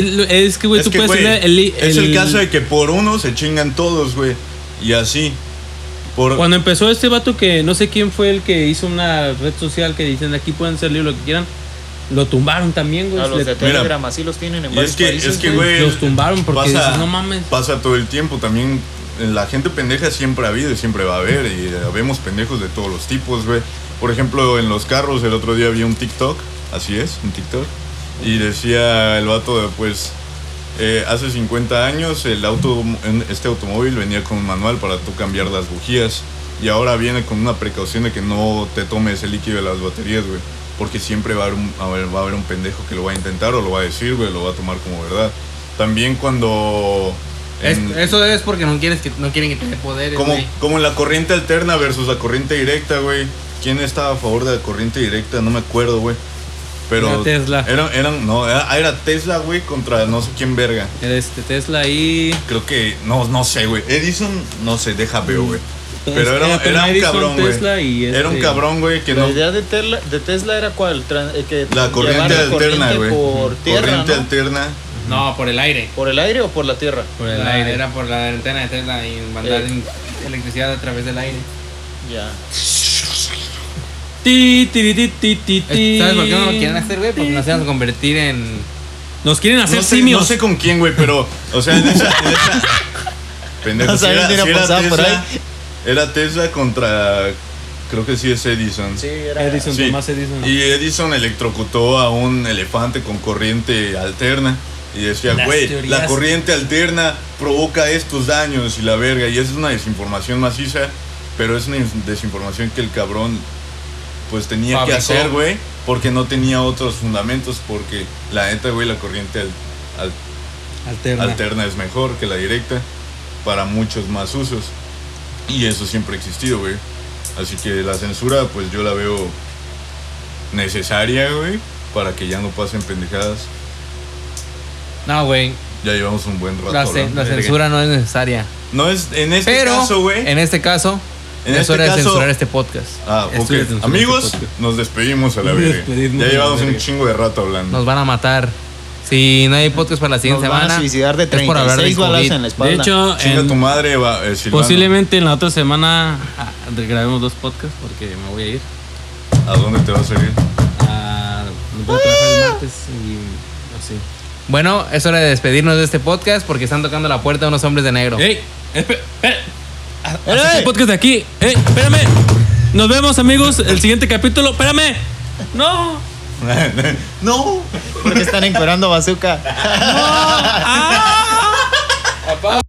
es que, güey, tú puedes tener es el caso de que por uno se chingan todos, güey. Y así. Cuando empezó este vato que no sé quién fue el que hizo una red social que dicen aquí pueden ser libres lo que quieran, lo tumbaron también, güey. A los de Telegram así los tienen en varios países. Es que, güey, los tumbaron porque dices, no mames. Pasa todo el tiempo también. La gente pendeja siempre ha habido y siempre va a haber. Y vemos pendejos de todos los tipos, güey. Por ejemplo, en los carros el otro día vi un TikTok. Así es, un TikTok. Y decía el vato, pues, hace 50 años este automóvil venía con un manual para tú cambiar las bujías. Y ahora viene con una precaución de que no te tomes el líquido de las baterías, güey. Porque siempre va a haber un pendejo que lo va a intentar o lo va a decir, güey, lo va a tomar como verdad. También cuando... Eso es porque no quieren que tenga poderes, como en la corriente alterna versus la corriente directa, güey. ¿Quién estaba a favor de la corriente directa? No me acuerdo, güey. Pero era Tesla. Era Tesla, güey, contra no sé quién verga. Era Tesla y... Creo que... No sé, güey. Edison, no sé, deja veo, güey. Pero era un cabrón, güey. Era un cabrón, güey, que la idea de Tesla era ¿cuál? Que la corriente alterna, güey. Por tierra, corriente ¿no? alterna. No, por el aire. ¿Por el aire o por la tierra? Por el aire. Era por la antena de Tesla y mandar electricidad a través del aire. Ya. ¿Sabes por qué no lo quieren hacer, güey? Porque nos iban a convertir en... Nos quieren hacer simios. No sé con quién, güey, pero... O sea, en esa pendejo, si era Tesla contra... Creo que sí es Edison. Sí, era Edison, sí. Tomás Edison. Y Edison electrocutó a un elefante con corriente alterna. Y decía, güey, la corriente alterna provoca estos daños y la verga. Y esa es una desinformación maciza, pero es una desinformación que el cabrón pues tenía que hacer, güey, porque no tenía otros fundamentos. Porque la neta, güey, la corriente alterna es mejor que la directa para muchos más usos. Y eso siempre ha existido, güey. Así que la censura, pues yo la veo necesaria, güey, para que ya no pasen pendejadas. No, güey. Ya llevamos un buen rato. La censura no es necesaria. No es en este caso, güey. En este caso, es hora de censurar este podcast. Ok. Amigos, nos despedimos a la verga. Ya llevamos un chingo de rato hablando. Nos van a matar Si no hay podcast para la siguiente Nos van semana, a suicidar de es por hablar del 36 balazos COVID. en la espalda. De hecho, Chinga tu madre, Silvano. posiblemente en la otra semana grabemos 2 podcasts porque me voy a ir. ¿A dónde te vas a ir? Me voy a trabajar el martes y así. Bueno, es hora de despedirnos de este podcast porque están tocando la puerta unos hombres de negro. ¡Ey! Haz el podcast de aquí. ¡Ey! Espérame. Nos vemos, amigos. El siguiente capítulo. Espérame. No. No. Porque están encuerando bazooka. Ah.